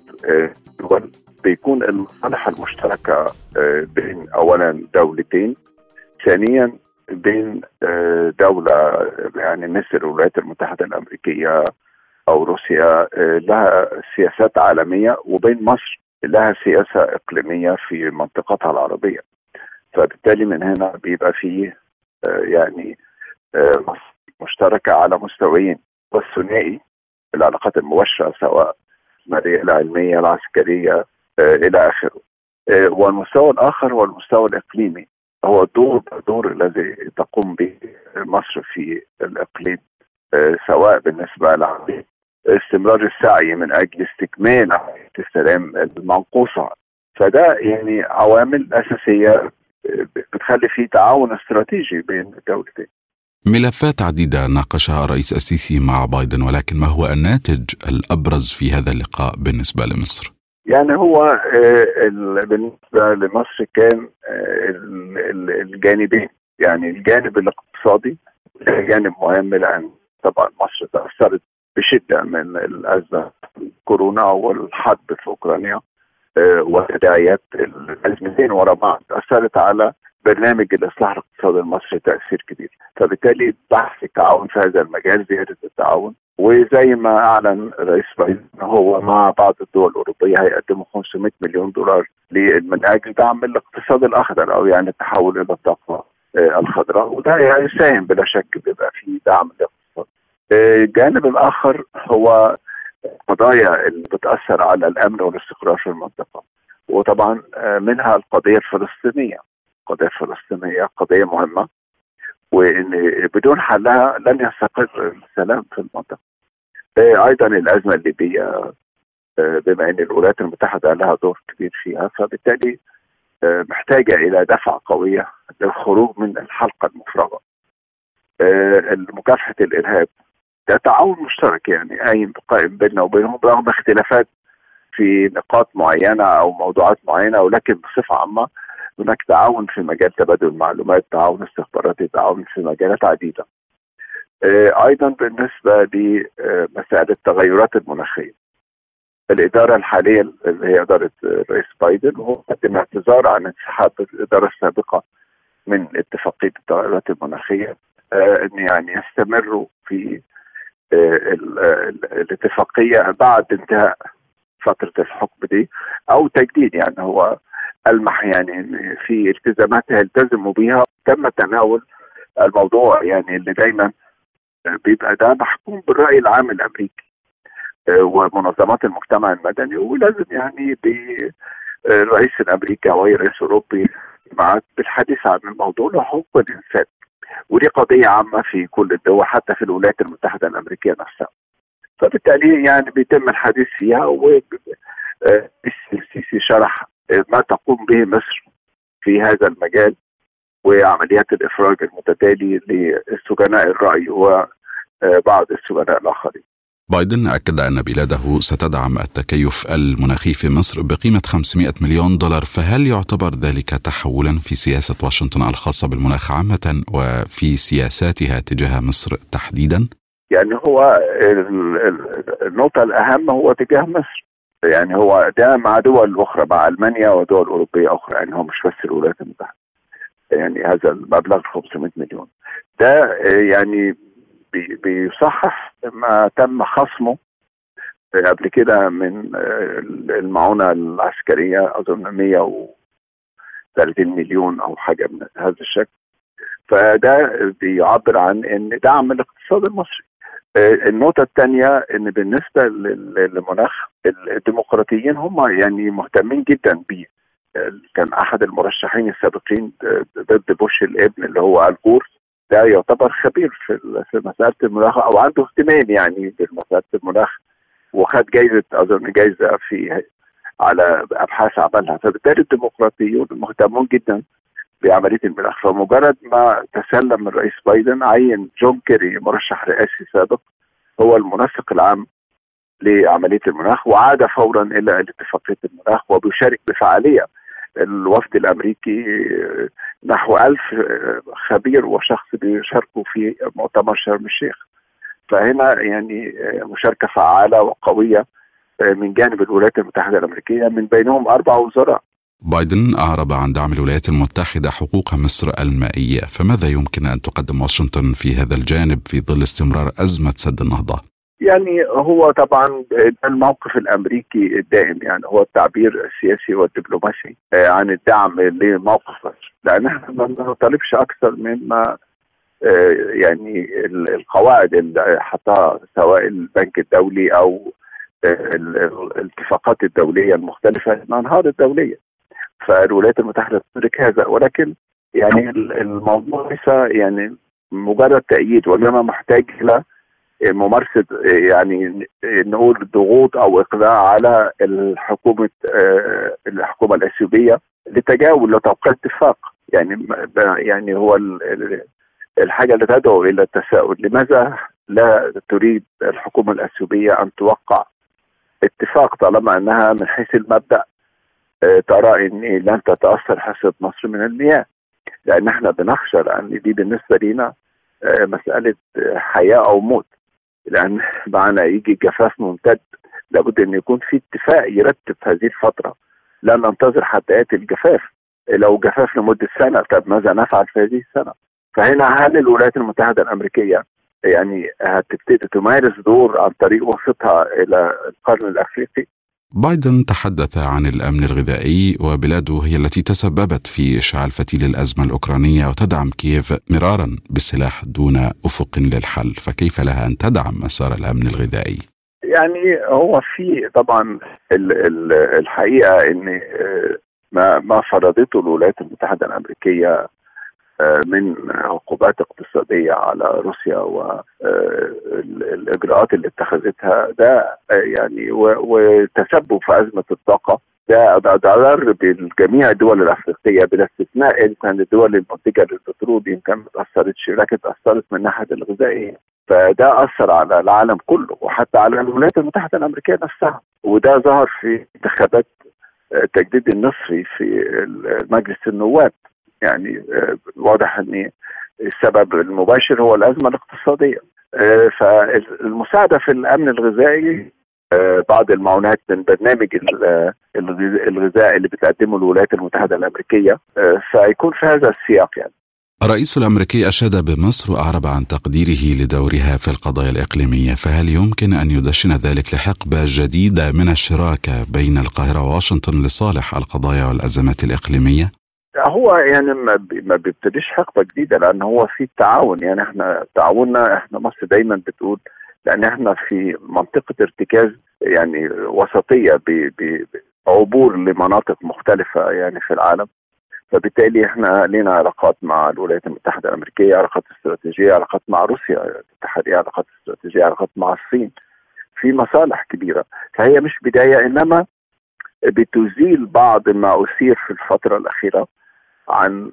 بيكون المصالح المشتركة بين أولا دولتين، ثانيا بين دولة يعني مثل الولايات المتحدة الأمريكية أو روسيا لها سياسات عالمية، وبين مصر لها سياسة إقليمية في منطقتها العربية. فبالتالي من هنا بيبقى فيه يعني مشتركة على مستويين، والثنائي العلاقات المباشرة سواء المالية العلمية العسكرية إلى آخره. والمستوى الآخر هو المستوى الإقليمي، هو الدور الذي تقوم به مصر في الإقليم، سواء بالنسبة لاستمرار السعي من أجل استكمال عملية السلام المنقوصة. فده يعني عوامل أساسية بتخلي فيه تعاون استراتيجي بين الدولتين. ملفات عديدة ناقشها الرئيس السيسي مع بايدن، ولكن ما هو الناتج الأبرز في هذا اللقاء بالنسبة لمصر؟ يعني هو بالنسبة لمصر كان الجانبين، يعني الجانب الاقتصادي جانب مهم، لأن طبعا مصر تأثرت بشدة من الأزمة كورونا والحرب في أوكرانيا وتداعيات الأزمتين ورا بعض أثرت على برنامج الإصلاح الاقتصادي المصري تأثير كبير. فبالتالي بحث التعاون في هذا المجال، زيادة التعاون، وزي ما أعلن رئيس بايدن هو مع بعض الدول الأوروبية هيقدموا 500 مليون دولار من أجل دعم الاقتصاد الأخضر، أو يعني التحول إلى الطاقة الخضراء، وده يساهم بلا شك بيبقى في دعم الاقتصاد. الجانب الآخر هو قضايا اللي بتأثر على الأمن والاستقرار في المنطقة، وطبعا منها القضية الفلسطينية. القضية الفلسطينية قضية مهمة، وإن بدون حلها لن يستقر السلام في المنطقة. أيضا الأزمة الليبية، بما أن الولايات المتحدة لها دور كبير فيها، فبالتالي محتاجة إلى دفعة قوية للخروج من الحلقة المفرغة. مكافحة الإرهاب ده تعاون مشترك يعني قائم بيننا وبينهم رغم اختلافات في نقاط معينة أو موضوعات معينة، ولكن بصفة عامة هناك تعاون في مجال تبادل المعلومات، تعاون استخباراتي، تعاون في مجالات عديدة. أيضا بالنسبة لمسائل التغيرات المناخية، الإدارة الحالية اللي هي إدارة الرئيس بايدن وهو قدم اعتذار عن انسحاب الإدارة السابقة من اتفاقية التغيرات المناخية، أن يعني يستمروا في الاتفاقية بعد انتهاء فترة الحكم دي أو تجديد. يعني هو ألمح يعني في التزامات يلتزموا بها. تم تناول الموضوع يعني اللي دايما بيبقى ده محكوم بالرأي العام الأمريكي ومنظمات المجتمع المدني، ولازم يعني بالرئيس الأمريكي أو أي رئيس أوروبي معاه بالحديث عن الموضوع لحقوق الإنسان، ودي قضية عامة في كل الدول حتى في الولايات المتحدة الأمريكية نفسها. فبالتالي يعني بيتم الحديث فيها، والسيسي شرح ما تقوم به مصر في هذا المجال وعمليات الإفراج المتتالي للسجناء الرأي وبعض السجناء الآخرين. بايدن أكد أن بلاده ستدعم التكيف المناخي في مصر بقيمة 500 مليون دولار، فهل يعتبر ذلك تحولا في سياسة واشنطن الخاصة بالمناخ عامة وفي سياساتها تجاه مصر تحديدا؟ يعني هو النقطة الأهم هو تجاه مصر، يعني هو ده مع دول أخرى، مع ألمانيا ودول أوروبية أخرى، يعني هو مش بس الولايات المتحدة. يعني هذا المبلغ 500 مليون ده يعني بيصحح ما تم خصمه قبل كده من المعونة العسكرية، أظن 130 مليون أو حاجة من هذا الشكل. فده بيعبر عن أن دعم الاقتصاد المصري. النقطة الثانية أن بالنسبة للمناخ الديمقراطيين هم يعني مهتمين جدا بيه. كان أحد المرشحين السابقين ضد بوش الابن اللي هو الجور، ده يعتبر خبير في مسألة المناخ أو عنده اهتمام يعني بمسألة المناخ، وخد أظن جايزة على أبحاث عملها. فبالتالي الديمقراطيون مهتمون جدا بعملية المناخ. فمجرد ما تسلم الرئيس بايدن عين جون كيري مرشح رئاسي سابق هو المنسق العام لعملية المناخ، وعاد فورا إلى اتفاقية المناخ وبيشارك بفعالية. الوفد الأمريكي نحو 1000 خبير وشخص بيشاركوا في مؤتمر شرم الشيخ. فهنا يعني مشاركة فعالة وقوية من جانب الولايات المتحدة الأمريكية، من بينهم 4 وزراء. بايدن أعرب عن دعم الولايات المتحدة حقوق مصر المائية، فماذا يمكن أن تقدم واشنطن في هذا الجانب في ظل استمرار أزمة سد النهضة؟ يعني هو طبعا الموقف الأمريكي الدائم، يعني هو التعبير السياسي والدبلوماسي عن الدعم لموقف مصر، لأن احنا ما نطالبش أكثر مما يعني القواعد اللي حطها سواء البنك الدولي أو الاتفاقات الدولية المختلفة، الأنهار الدولية. فالولايات المتحدة تدرك هذا، ولكن يعني الموضوع ليس يعني مجرد تأييد، وإنما محتاج إلى ممارسة يعني نقول ضغوط أو إقناع على الحكومة الأثيوبية لتوقيع اتفاق. يعني هو الحاجة اللي تدعو إلى التساؤل، لماذا لا تريد الحكومة الأثيوبية أن توقع اتفاق طالما أنها من حيث المبدأ ترى أن لن تتأثر حصة مصر من المياه؟ لأن احنا بنخشى لأن دي بالنسبة لنا مسألة حياة أو موت، لأن معنا يجي جفاف ممتد لابد أن يكون في اتفاق يرتب هذه الفترة، لا ننتظر حتى يأتي الجفاف. لو جفاف لمدة سنة، طب ماذا نفعل في هذه السنة؟ فهنا هل الولايات المتحدة الأمريكية يعني هتبتدي تمارس دور عن طريق وسطها إلى القرن الأفريقي؟ بايدن تحدث عن الأمن الغذائي، وبلاده هي التي تسببت في إشعال فتيل الأزمة الأوكرانية، وتدعم كييف مرارا بالسلاح دون أفق للحل، فكيف لها أن تدعم مسار الأمن الغذائي؟ يعني هو في طبعا الحقيقة أن ما فرضته الولايات المتحدة الأمريكية من عقوبات اقتصادية على روسيا والإجراءات اللي اتخذتها ده يعني وتسبب في أزمة الطاقة ده ضرر بالجميع الدول الأفريقية بلا استثناء. كان الدول المنتجة للبترول يمكن ما تأثرتش، لكن تأثرت من ناحية الغذائية، فده أثر على العالم كله وحتى على الولايات المتحدة الأمريكية نفسها. وده ظهر في انتخابات تجديد النصفي في مجلس النواب. يعني واضح ان السبب المباشر هو الازمه الاقتصاديه. فالمساعده في الامن الغذائي بعض المعونات من برنامج الغذاء اللي بتقدمه الولايات المتحده الامريكيه فيكون في هذا السياق. يعني الرئيس الأمريكي أشاد بمصر وأعرب عن تقديره لدورها في القضايا الإقليمية، فهل يمكن أن يدشن ذلك لحقبة جديدة من الشراكة بين القاهرة وواشنطن لصالح القضايا والأزمات الإقليمية؟ هو يعني ما بيبتديش حقبة جديدة، لأن هو في تعاون. يعني احنا تعاوننا، احنا مصر دايما بتقول لأن احنا في منطقة ارتكاز يعني وسطية بعبور لمناطق مختلفة يعني في العالم، فبالتالي احنا لنا علاقات مع الولايات المتحدة الأمريكية، علاقات استراتيجية، علاقات مع روسيا الاتحادية، علاقات استراتيجية، علاقات مع الصين، في مصالح كبيرة. فهي مش بداية، إنما بتزيل بعض ما أثير في الفترة الأخيرة عن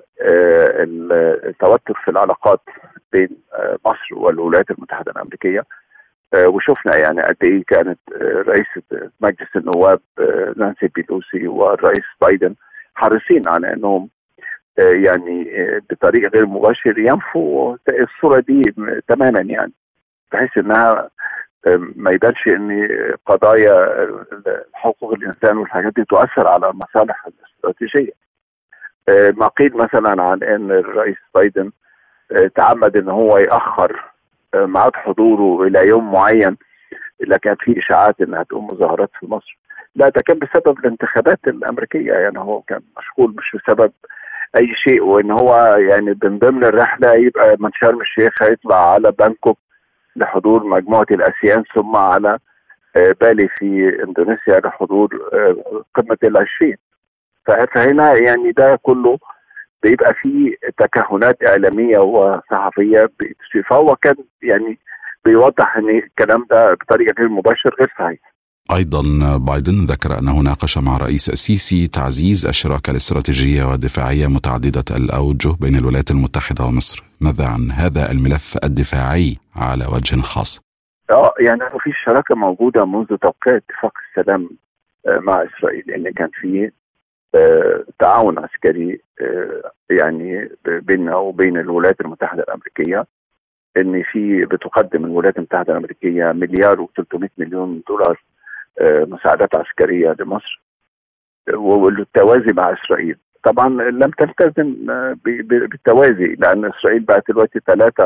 التوتر في العلاقات بين مصر والولايات المتحدة الأمريكية. وشفنا يعني قد إيه كانت رئيسة مجلس النواب نانسي بيلوسي والرئيس بايدن حريصين على أنهم يعني بطريقة غير مباشر ينفوا الصورة دي تماما، يعني بحيث أنها ما يبانش أن قضايا حقوق الإنسان والحاجات دي تؤثر على المصالح الاستراتيجية. ما قيل مثلا عن أن الرئيس بايدن تعمد أن هو يأخر ميعاد حضوره إلى يوم معين، إلا كان في إشاعات أنها تقوم مظاهرات في مصر. لا، ده كان بسبب الانتخابات الأمريكية، يعني هو كان مشغول مش بسبب أي شيء. وإن هو يعني من ضمن الرحلة يبقى من شرم الشيخ هيطلع على بانكوك لحضور مجموعة الآسيان، ثم على بالي في إندونيسيا لحضور قمة ال20. فهنا يعني ده كله بيبقى فيه تكهنات إعلامية وصحفية، فهو كان يعني بيوضح أن الكلام ده بطريقة غير مباشر غير صحيح. أيضا بايدن ذكر أنه ناقش مع الرئيس السيسي تعزيز الشراكة الاستراتيجية والدفاعية متعددة الأوجه بين الولايات المتحدة ومصر. ماذا عن هذا الملف الدفاعي على وجه خاص؟ يعني في شراكة موجودة منذ توقيع اتفاق السلام مع إسرائيل، يعني كان في تعاون عسكري يعني بيننا وبين الولايات المتحدة الأمريكية، إن في بتقدم الولايات المتحدة الأمريكية $1,300,000,000 مساعدات عسكرية لمصر، والتوازي مع إسرائيل. طبعا لم تلتزم بالتوازي، لأن إسرائيل بقت دلوقتي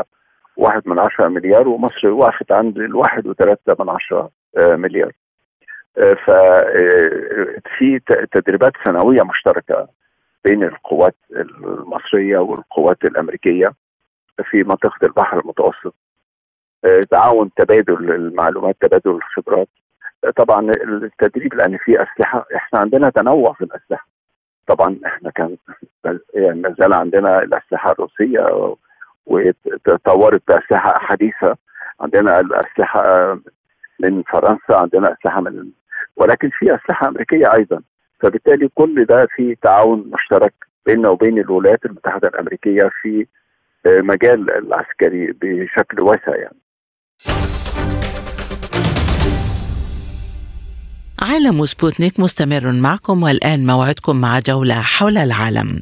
3.1 مليار ومصر وقفت عند 1.3 مليار. ففي تدريبات سنوية مشتركة بين القوات المصرية والقوات الأمريكية في منطقة البحر المتوسط، تعاون، تبادل المعلومات، تبادل الخبرات. طبعا التدريب، لأن في أسلحة، إحنا عندنا تنوع في الأسلحة، طبعا احنا كان يعني ما زال عندنا الأسلحة الروسية وتطورت بأسلحة حديثة. عندنا الأسلحة من فرنسا، عندنا أسلحة ولكن في أسلحة أمريكية أيضا. فبالتالي كل ده في تعاون مشترك بيننا وبين الولايات المتحدة الأمريكية في مجال العسكري بشكل واسع يعني. عالم سبوتنيك مستمر معكم، والآن موعدكم مع جولة حول العالم.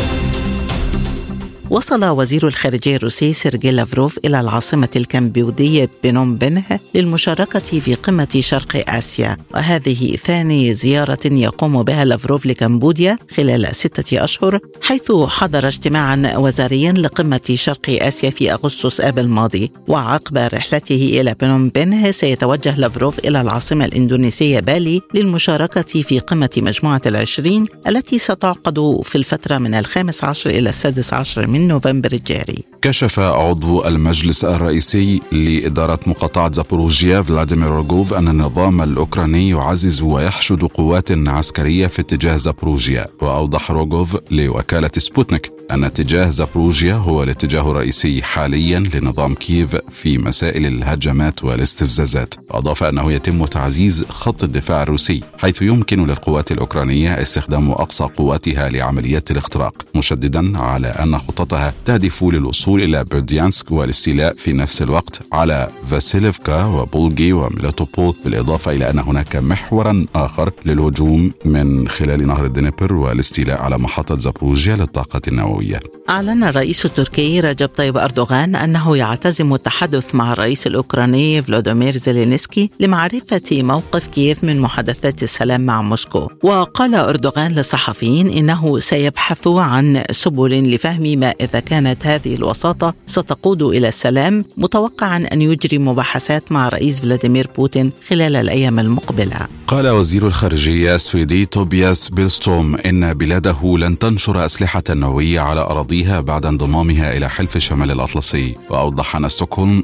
وصل وزير الخارجية الروسي سيرجي لافروف إلى العاصمة الكمبودية بنوم بنه للمشاركة في قمة شرق آسيا، وهذه ثاني زيارة يقوم بها لافروف لكمبوديا خلال 6 أشهر، حيث حضر اجتماعا وزاريا لقمة شرق آسيا في أغسطس آب الماضي. وعقب رحلته إلى بنوم بنه سيتوجه لافروف إلى العاصمة الإندونيسية بالي للمشاركة في قمة مجموعة 20 التي ستعقد في الفترة من 15 إلى 16 من نوفمبر الجاري. كشف عضو المجلس الرئيسي لإدارة مقاطعة زابوروجيا فلاديمير روغوف أن النظام الأوكراني يعزز ويحشد قوات عسكرية في اتجاه زابوروجيا. وأوضح روغوف لوكالة سبوتنيك أن اتجاه زابوروجيا هو الاتجاه الرئيسي حاليا لنظام كييف في مسائل الهجمات والاستفزازات. وأضاف أنه يتم تعزيز خط الدفاع الروسي، حيث يمكن للقوات الأوكرانية استخدام أقصى قواتها لعمليات الاختراق، مشددا على أن خططها تهدف للوصول إلى بيرديانسك والاستيلاء في نفس الوقت على فاسيليفكا وبولغي وميليتوبول، بالإضافة إلى أن هناك محورا آخر للهجوم من خلال نهر الدنيبر والاستيلاء على محطة زابوروجيا للطاقة النووية. أعلن الرئيس التركي رجب طيب أردوغان أنه يعتزم التحدث مع الرئيس الأوكراني فلوديمير زيلينسكي لمعرفة موقف كييف من محادثات السلام مع موسكو. وقال أردوغان للصحفيين إنه سيبحث عن سبل لفهم ما إذا كانت هذه الوساطة ستقود إلى السلام، متوقعا أن يجري مباحثات مع رئيس فلاديمير بوتين خلال الأيام المقبلة. قال وزير الخارجية السويدي توبياس بيلستروم إن بلاده لن تنشر أسلحة نووية على أراضيها بعد انضمامها إلى حلف شمال الأطلسي. وأوضح أن ستوكهولم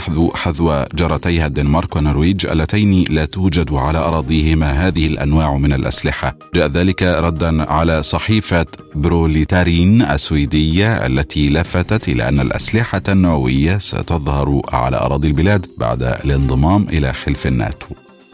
حذو جارتيها الدنمارك والنرويج اللتين لا توجد على أراضيهما هذه الأنواع من الأسلحة. جاء ذلك ردا على صحيفة بروليتارين السويدية التي لفتت إلى أن الأسلحة النووية ستظهر على أراضي البلاد بعد الانضمام إلى حلف الناتو.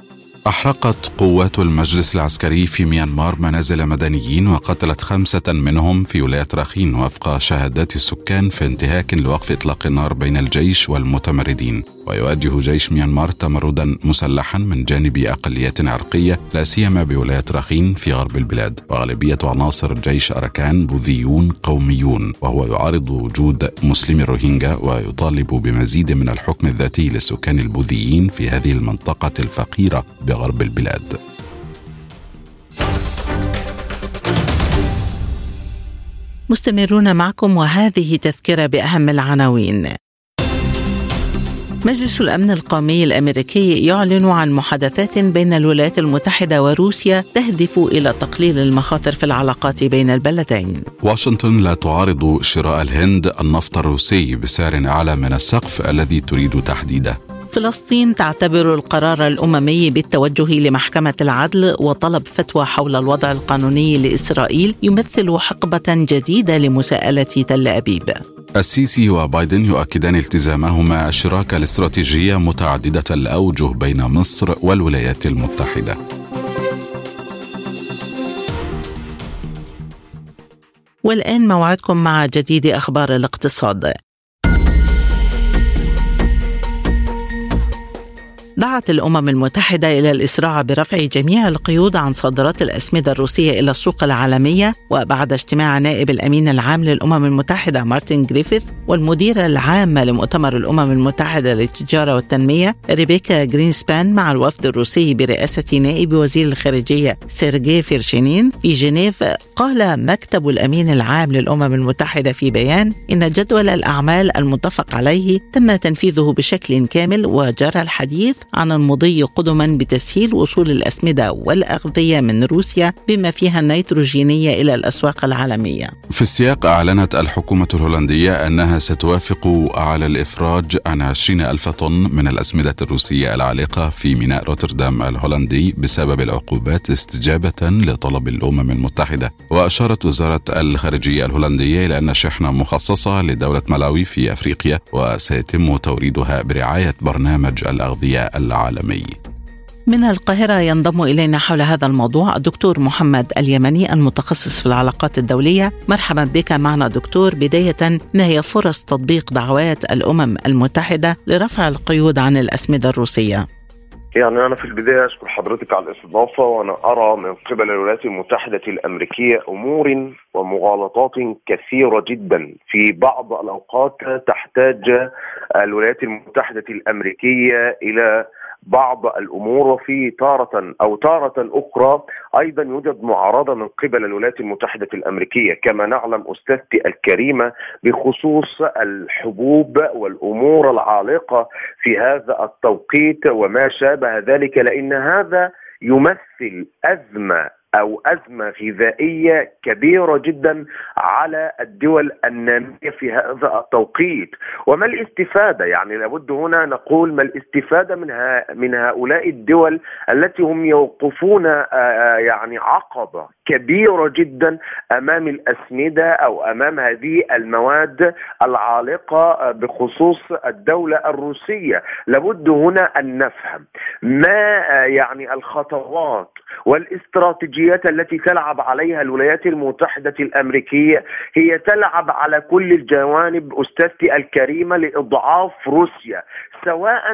أحرقت قوات المجلس العسكري في ميانمار منازل مدنيين وقتلت 5 منهم في ولاية راخين وفق شهادات السكان في انتهاك لوقف إطلاق النار بين الجيش والمتمردين. ويواجه جيش ميانمار تمردا مسلحا من جانب أقليات عرقية لا سيما بولاية راخين في غرب البلاد، وغالبية عناصر جيش أراكان بوذيون قوميون، وهو يعارض وجود مسلمي الروهينجا ويطالب بمزيد من الحكم الذاتي للسكان البوذيين في هذه المنطقة الفقيرة بغرب البلاد. مستمرون معكم، وهذه تذكرة بأهم العناوين. مجلس الأمن القومي الأمريكي يعلن عن محادثات بين الولايات المتحدة وروسيا تهدف إلى تقليل المخاطر في العلاقات بين البلدين. واشنطن لا تعارض شراء الهند النفط الروسي بسعر أعلى من السقف الذي تريد تحديده. فلسطين تعتبر القرار الأممي بالتوجه لمحكمة العدل وطلب فتوى حول الوضع القانوني لإسرائيل يمثل حقبة جديدة لمساءلة تل أبيب. السيسي وبايدن يؤكدان التزامهما الشراكة الاستراتيجية متعددة الأوجه بين مصر والولايات المتحدة. والآن موعدكم مع جديد أخبار الاقتصاد. دعت الأمم المتحدة إلى الإسراع برفع جميع القيود عن صادرات الأسمدة الروسية إلى السوق العالمية. وبعد اجتماع نائب الأمين العام للأمم المتحدة مارتن غريفيث والمديرة العامة لمؤتمر الأمم المتحدة للتجارة والتنمية ريبيكا غرينسبان مع الوفد الروسي برئاسة نائب وزير الخارجية سيرجي فيرشينين في جنيف، قال مكتب الأمين العام للأمم المتحدة في بيان إن جدول الأعمال المتفق عليه تم تنفيذه بشكل كامل، وجرى الحديث عن المضي قدما بتسهيل وصول الأسمدة والأغذية من روسيا بما فيها النيتروجينية إلى الأسواق العالمية. في السياق أعلنت الحكومة الهولندية أنها ستوافق على الإفراج عن 20,000 طن من الأسمدة الروسية العالقة في ميناء روتردام الهولندي بسبب العقوبات استجابة لطلب الأمم المتحدة. وأشارت وزارة الخارجية الهولندية إلى أن شحنة مخصصة لدولة ملاوي في أفريقيا وسيتم توريدها برعاية برنامج الأغذية العالمي. من القاهرة ينضم إلينا حول هذا الموضوع الدكتور محمد اليمني المتخصص في العلاقات الدولية. مرحبا بك معنا دكتور. بداية، ما هي فرص تطبيق دعوات الأمم المتحدة لرفع القيود عن الأسمدة الروسية؟ يعني أنا في البداية أشكر حضرتك على الاستضافة، وأنا أرى من قبل الولايات المتحدة الأمريكية أمور ومغالطات كثيرة جدا. في بعض الأوقات تحتاج الولايات المتحدة الأمريكية إلى بعض الأمور، وفي تارة أخرى أيضا يوجد معارضة من قبل الولايات المتحدة الأمريكية. كما نعلم أستاذتي الكريمة بخصوص الحبوب والأمور العالقة في هذا التوقيت وما شابه ذلك، لأن هذا يمثل أزمة غذائية كبيرة جدا على الدول النامية في هذا التوقيت. وما الاستفادة؟ يعني لابد هنا نقول ما الاستفادة من هؤلاء الدول التي هم يوقفون يعني عقبة كبيرة جدا أمام الأسمدة أو أمام هذه المواد العالقة بخصوص الدولة الروسية. لابد هنا أن نفهم ما يعني الخطوات والاستراتيجيات التي تلعب عليها الولايات المتحدة الأمريكية. هي تلعب على كل الجوانب أستاذتي الكريمة لإضعاف روسيا، سواء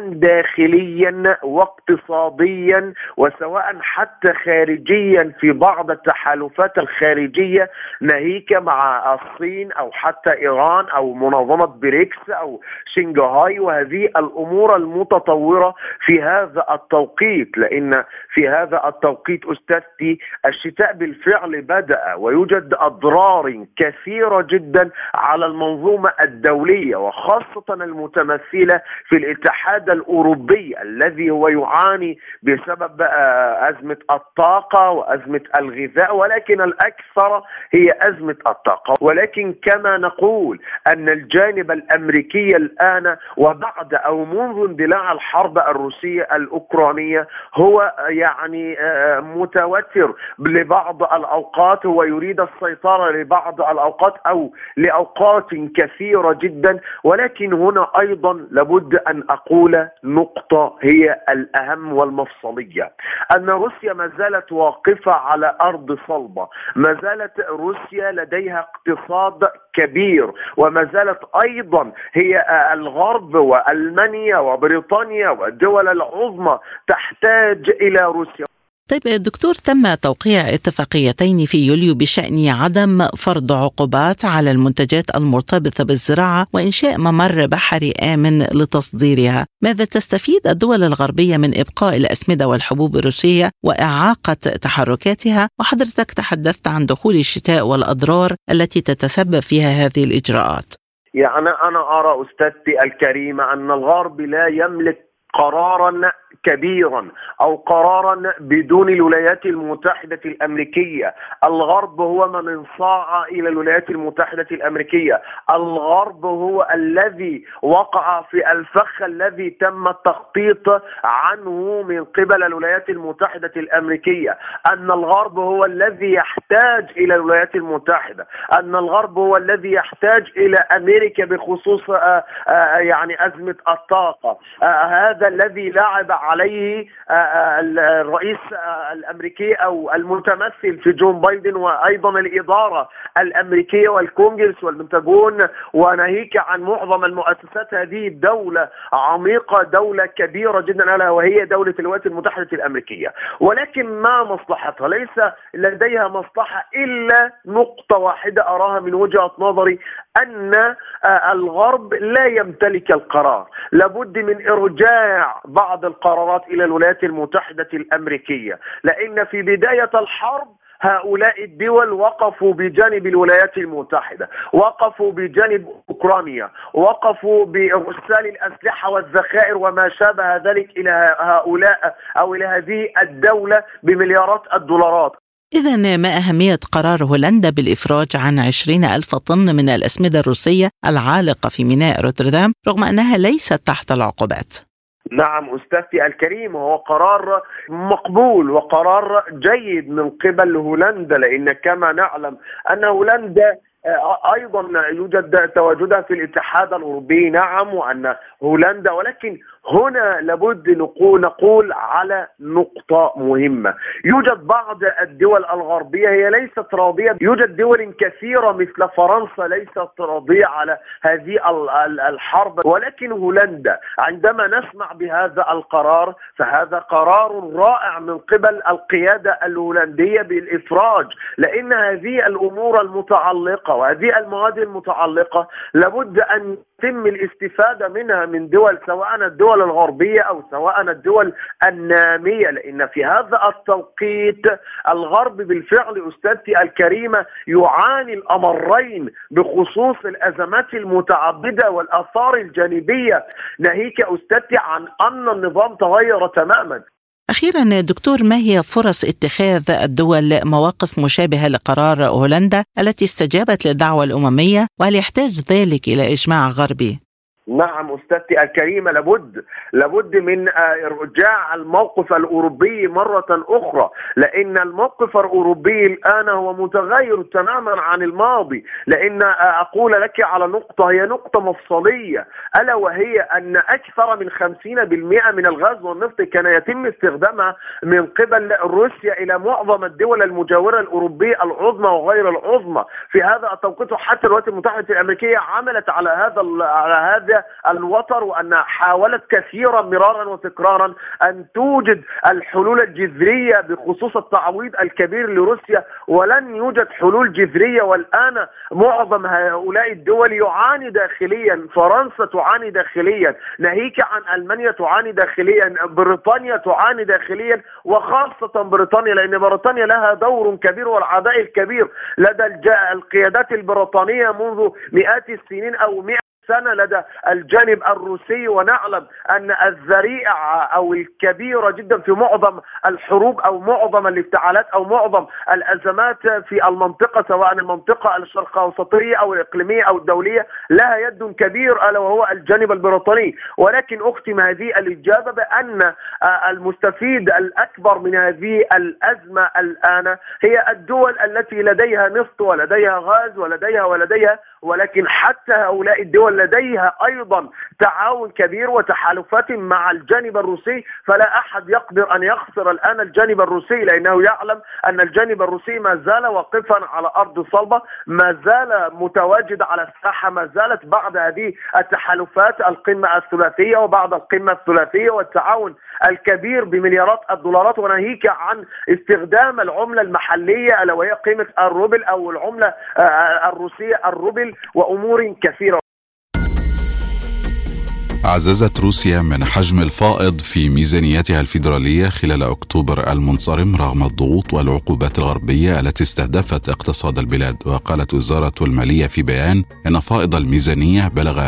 داخليا واقتصاديا وسواء حتى خارجيا في بعض التحالفات الخارجية، ناهيك مع الصين أو حتى إيران أو منظمة بريكس أو شنغهاي وهذه الأمور المتطورة في هذا التوقيت. لأن في هذا التوقيت أستاذتي الشتاء بالفعل بدأ، ويوجد أضرار كثيرة جدا على المنظومة الدولية، وخاصة المتمثلة في الاتحاد الأوروبي الذي هو يعاني بسبب أزمة الطاقة وأزمة الغذاء، ولكن الأكثر هي أزمة الطاقة. ولكن كما نقول أن الجانب الأمريكي الآن وبعد أو منذ اندلاع الحرب الروسية الأوكرانية هو يعني متوتر لبعض الأوقات، هو يريد السيطرة لبعض الأوقات أو لأوقات كثيرة جدا. ولكن هنا أيضا لابد أن أقول نقطة هي الأهم والمفصلية، أن روسيا ما زالت واقفة على أرض صلبة، ما زالت روسيا لديها اقتصاد كبير، وما زالت أيضا هي الغرب وألمانيا وبريطانيا والدول العظمى تحتاج إلى روسيا. طيب دكتور، تم توقيع اتفاقيتين في يوليو بشأن عدم فرض عقوبات على المنتجات المرتبطة بالزراعة وإنشاء ممر بحري آمن لتصديرها. ماذا تستفيد الدول الغربية من إبقاء الأسمدة والحبوب الروسية وإعاقة تحركاتها؟ وحضرتك تحدثت عن دخول الشتاء والأضرار التي تتسبب فيها هذه الإجراءات. يعني أنا أرى أستاذتي الكريمة أن الغرب لا يملك قرارا كبيرا أو قرارا بدون الولايات المتحدة الأمريكية. الغرب هو من انصاع إلى الولايات المتحدة الأمريكية. الغرب هو الذي وقع في الفخ الذي تم التخطيط عنه من قبل الولايات المتحدة الأمريكية. أن الغرب هو الذي يحتاج إلى الولايات المتحدة، أن الغرب هو الذي يحتاج إلى أمريكا بخصوص يعني أزمة الطاقة. هذا الذي لعب عليه الرئيس الأمريكي أو المتمثل في جون بايدن، وأيضا الإدارة الأمريكية والكونغرس والبنتاغون، وناهيك عن معظم المؤسسات. هذه الدولة عميقة، دولة كبيرة جدا، ألا وهي دولة الولايات المتحدة الأمريكية. ولكن ما مصلحتها؟ ليس لديها مصلحة إلا نقطة واحدة أراها من وجهة نظري، أن الغرب لا يمتلك القرار. لابد من إرجاع بعض القرارات إلى الولايات المتحدة الأمريكية، لأن في بداية الحرب هؤلاء الدول وقفوا بجانب الولايات المتحدة، وقفوا بجانب أوكرانيا، وقفوا بإرسال الأسلحة والذخائر وما شابه ذلك إلى هؤلاء أو إلى هذه الدولة بمليارات الدولارات. إذن ما أهمية قرار هولندا بالإفراج عن 20,000 طن من الأسمدة الروسية العالقة في ميناء روتردام رغم أنها ليست تحت العقوبات؟ نعم أستاذي الكريم، هو قرار مقبول وقرار جيد من قبل هولندا، لأن كما نعلم أن هولندا أيضا يوجد تواجدها في الاتحاد الأوروبي، نعم، وأن هولندا، ولكن هنا لابد نقول على نقطة مهمة. يوجد بعض الدول الغربية هي ليست راضية، يوجد دول كثيرة مثل فرنسا ليست راضية على هذه الحرب، ولكن هولندا عندما نسمع بهذا القرار فهذا قرار رائع من قبل القيادة الهولندية بالإفراج، لأن هذه الأمور المتعلقة وهذه المواد المتعلقة لابد أن يتم الاستفادة منها من دول، سواء الدول الغربية أو سواء الدول النامية، لأن في هذا التوقيت الغرب بالفعل أستاذتي الكريمة يعاني الأمرين بخصوص الأزمات المتعددة والآثار الجانبية، ناهيك أستاذتي عن أن النظام تغير تماما. أخيرا دكتور، ما هي فرص اتخاذ الدول مواقف مشابهة لقرار هولندا التي استجابت للدعوة الأممية، وهل يحتاج ذلك إلى إجماع غربي؟ نعم أستاذتي الكريمة، لابد من إرجاع الموقف الأوروبي مرة أخرى، لأن الموقف الأوروبي الآن هو متغير تماما عن الماضي، لأن أقول لك على نقطة هي نقطة مفصلية، ألا وهي أن أكثر من 50% من الغاز والنفط كان يتم استخدامها من قبل روسيا إلى معظم الدول المجاورة الأوروبية العظمى وغير العظمى في هذا التوقيت. حتى الولايات المتحدة الأمريكية عملت على هذا الوتر، وأن حاولت كثيرا مرارا وتكرارا أن توجد الحلول الجذرية بخصوص التعويض الكبير لروسيا، ولن يوجد حلول جذرية. والآن معظم هؤلاء الدول يعاني داخليا، فرنسا تعاني داخليا، ناهيك عن ألمانيا تعاني داخليا، بريطانيا تعاني داخليا، وخاصة بريطانيا، لأن بريطانيا لها دور كبير والعداء الكبير لدى القيادات البريطانية منذ مئات السنين أو 100 سنة لدى الجانب الروسي. ونعلم أن الذريعة أو الكبيرة جدا في معظم الحروب أو معظم الافتعالات أو معظم الأزمات في المنطقة، سواء المنطقة الشرق أوسطية أو الإقليمية أو الدولية، لها يد كبير ألا وهو الجانب البريطاني. ولكن أختم هذه الإجابة بأن المستفيد الأكبر من هذه الأزمة الآن هي الدول التي لديها نفط ولديها غاز ولديها، ولكن حتى هؤلاء الدول لديها أيضا تعاون كبير وتحالفات مع الجانب الروسي، فلا أحد يقدر أن يخسر الآن الجانب الروسي، لأنه يعلم أن الجانب الروسي ما زال واقفا على أرض صلبة، ما زال متواجد على الساحة، ما زالت بعد هذه التحالفات القمة الثلاثية وبعد القمة الثلاثية والتعاون الكبير بمليارات الدولارات، وناهيك عن استخدام العملة المحلية ألا وهي قيمة الروبل أو العملة الروسية الروبل وأمور كثيرة. عززت روسيا من حجم الفائض في ميزانيتها الفيدرالية خلال أكتوبر المنصرم رغم الضغوط والعقوبات الغربية التي استهدفت اقتصاد البلاد. وقالت وزارة المالية في بيان أن فائض الميزانية بلغ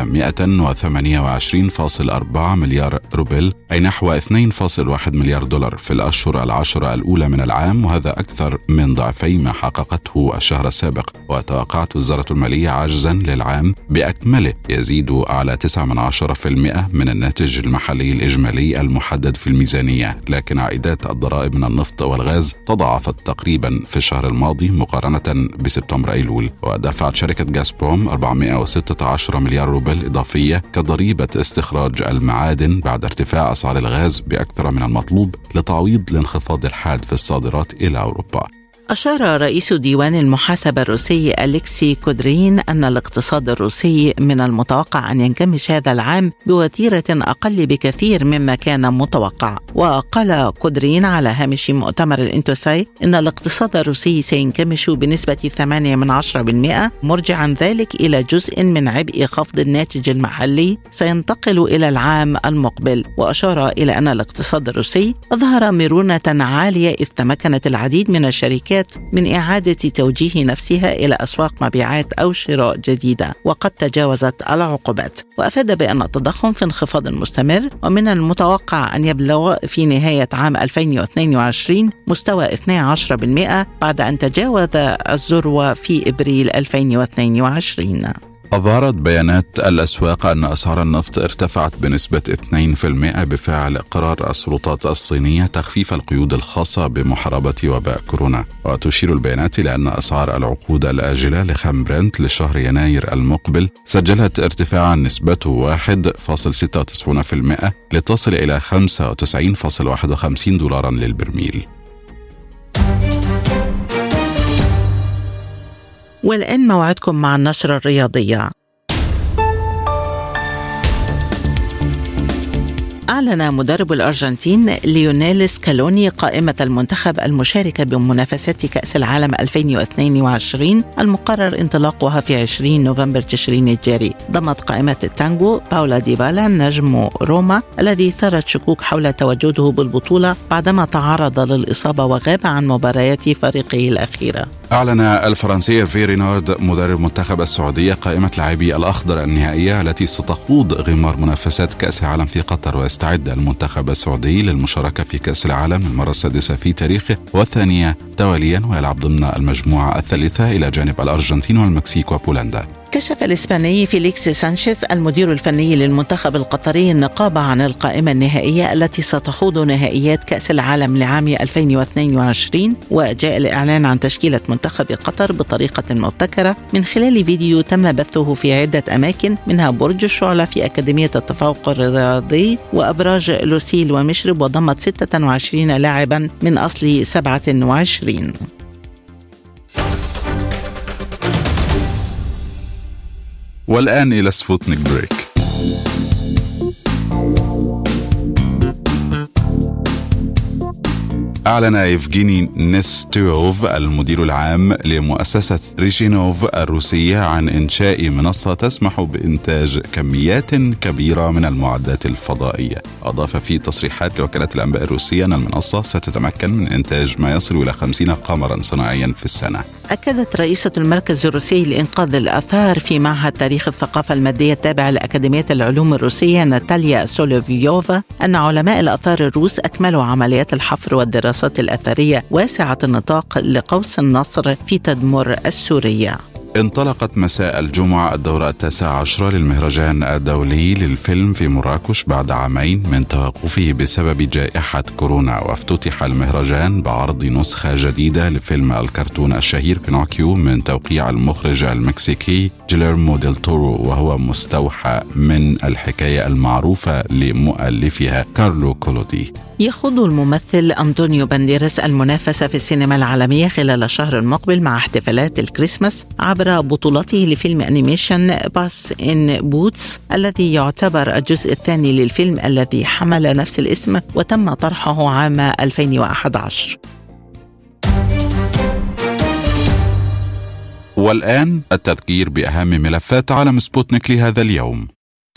128.4 مليار روبل، أي نحو 2.1 مليار دولار في الأشهر العشرة الأولى من العام، وهذا أكثر من ضعفي ما حققته الشهر السابق. وتوقعت وزارة المالية عجزا للعام بأكمله يزيد على 9% من الناتج المحلي الإجمالي المحدد في الميزانية، لكن عائدات الضرائب من النفط والغاز تضاعفت تقريبا في الشهر الماضي مقارنة بسبتمبر أيلول. ودفعت شركة غازبروم 416 مليار روبل إضافية كضريبة استخراج المعادن بعد ارتفاع أسعار الغاز بأكثر من المطلوب لتعويض الانخفاض الحاد في الصادرات إلى أوروبا. أشار رئيس ديوان المحاسبة الروسي أليكسي كودرين أن الاقتصاد الروسي من المتوقع أن ينكمش هذا العام بوتيرة أقل بكثير مما كان متوقع. وقال كودرين على هامش مؤتمر الإنتوساي أن الاقتصاد الروسي سينكمش بنسبة 8%، مرجعا ذلك إلى جزء من عبء خفض الناتج المحلي سينتقل إلى العام المقبل. وأشار إلى أن الاقتصاد الروسي أظهر مرونة عالية إذ تمكنت العديد من الشركات الشركات من إعادة توجيه نفسها إلى أسواق مبيعات أو شراء جديدة وقد تجاوزت العقوبات. وأفاد بأن التضخم في انخفاض مستمر، ومن المتوقع أن يبلغ في نهاية عام 2022 مستوى 12% بعد أن تجاوز الذروة في إبريل 2022. أظهرت بيانات الأسواق أن أسعار النفط ارتفعت بنسبة 2% بفعل قرار السلطات الصينية تخفيف القيود الخاصة بمحاربة وباء كورونا. وتشير البيانات إلى أن أسعار العقود الآجلة لخام برنت لشهر يناير المقبل سجلت ارتفاعا نسبته 1.96% لتصل إلى 95.51 دولارا للبرميل. والآن موعدكم مع النشرة الرياضية. أعلن مدرب الأرجنتين ليونيل سكالوني قائمة المنتخب المشاركة بمنافسات كأس العالم 2022 المقرر انطلاقها في 20 نوفمبر تشرين الجاري. ضمت قائمة التانجو باولا ديبالا نجم روما الذي ثارت شكوك حول تواجده بالبطولة بعدما تعرض للإصابة وغاب عن مباريات فريقه الأخيرة. أعلن الفرنسي هيرفي رينارد مدرب منتخب السعودية قائمة لاعبي الأخضر النهائية التي ستخوض غمار منافسات كأس العالم في قطر. ويستعد المنتخب السعودي للمشاركة في كأس العالم المرة السادسة في تاريخه والثانية تواليا، ويلعب ضمن المجموعة الثالثة إلى جانب الأرجنتين والمكسيك وبولندا. كشف الإسباني فيليكس سانشيز المدير الفني للمنتخب القطري النقابة عن القائمة النهائية التي ستخوض نهائيات كأس العالم لعام 2022. وجاء الإعلان عن تشكيلة منتخب قطر بطريقة مبتكرة من خلال فيديو تم بثه في عدة أماكن منها برج الشعلة في أكاديمية التفوق الرياضي وأبراج لوسيل ومشرب، وضمت 26 لاعبا من أصل 27. والآن إلى سبوتنيك بريك. أعلن إيفغيني نستيروف المدير العام لمؤسسة ريجينوف الروسية عن إنشاء منصة تسمح بإنتاج كميات كبيرة من المعدات الفضائية. أضاف في تصريحات لوكالة الأنباء الروسية أن المنصة ستتمكن من إنتاج ما يصل إلى 50 قمرا صناعيا في السنة. أكدت رئيسة المركز الروسي لإنقاذ الآثار في معهد تاريخ الثقافة المادية التابع لأكاديمية العلوم الروسية ناتاليا سولوفيوفا أن علماء الآثار الروس أكملوا عمليات الحفر والدراسات الأثرية واسعة النطاق لقوس النصر في تدمر السورية. انطلقت مساء الجمعة الدورة 19 للمهرجان الدولي للفيلم في مراكش بعد عامين من توقفه بسبب جائحة كورونا، وافتتح المهرجان بعرض نسخة جديدة لفيلم الكرتون الشهير بينوكيو من توقيع المخرج المكسيكي جيليرمو ديل تورو، وهو مستوحى من الحكاية المعروفة لمؤلفها كارلو كولودي. يخوض الممثل أنطونيو بانديراس المنافسة في السينما العالمية خلال الشهر المقبل مع احتفالات الكريسماس عبر بطولته لفيلم أنيميشن باس إن بوتس الذي يعتبر الجزء الثاني للفيلم الذي حمل نفس الاسم وتم طرحه عام 2011. والآن التذكير بأهم ملفات عالم سبوتنيك لهذا اليوم.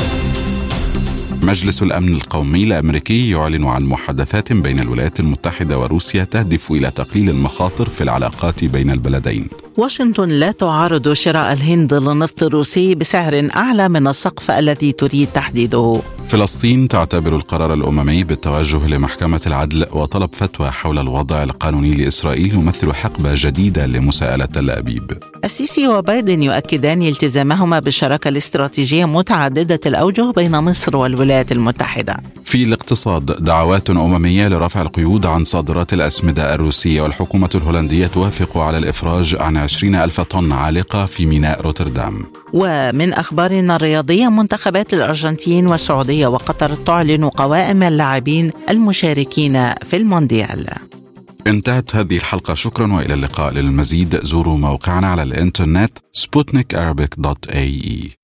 مجلس الأمن القومي الأمريكي يعلن عن محادثات بين الولايات المتحدة وروسيا تهدف إلى تقليل المخاطر في العلاقات بين البلدين. واشنطن لا تعارض شراء الهند للنفط الروسي بسعر أعلى من السقف الذي تريد تحديده. فلسطين تعتبر القرار الأممي بالتوجه لمحكمة العدل وطلب فتوى حول الوضع القانوني لإسرائيل يمثل حقبة جديدة لمساءلة تل أبيب. السيسي وبايدن يؤكدان التزامهما بالشراكة الاستراتيجية متعددة الأوجه بين مصر والولايات المتحدة. في الاقتصاد دعوات أممية لرفع القيود عن صادرات الأسمدة الروسية، والحكومة الهولندية توافق على الإفراج عن 20,000 طن عالقة في ميناء روتردام. ومن أخبارنا الرياضية، منتخبات الأرجنتين والسعودية وقطر تعلن قوائم اللاعبين المشاركين في المونديال. انتهت هذه الحلقة، شكرا وإلى اللقاء. للمزيد زوروا موقعنا على الإنترنت sputnikarabic.ae.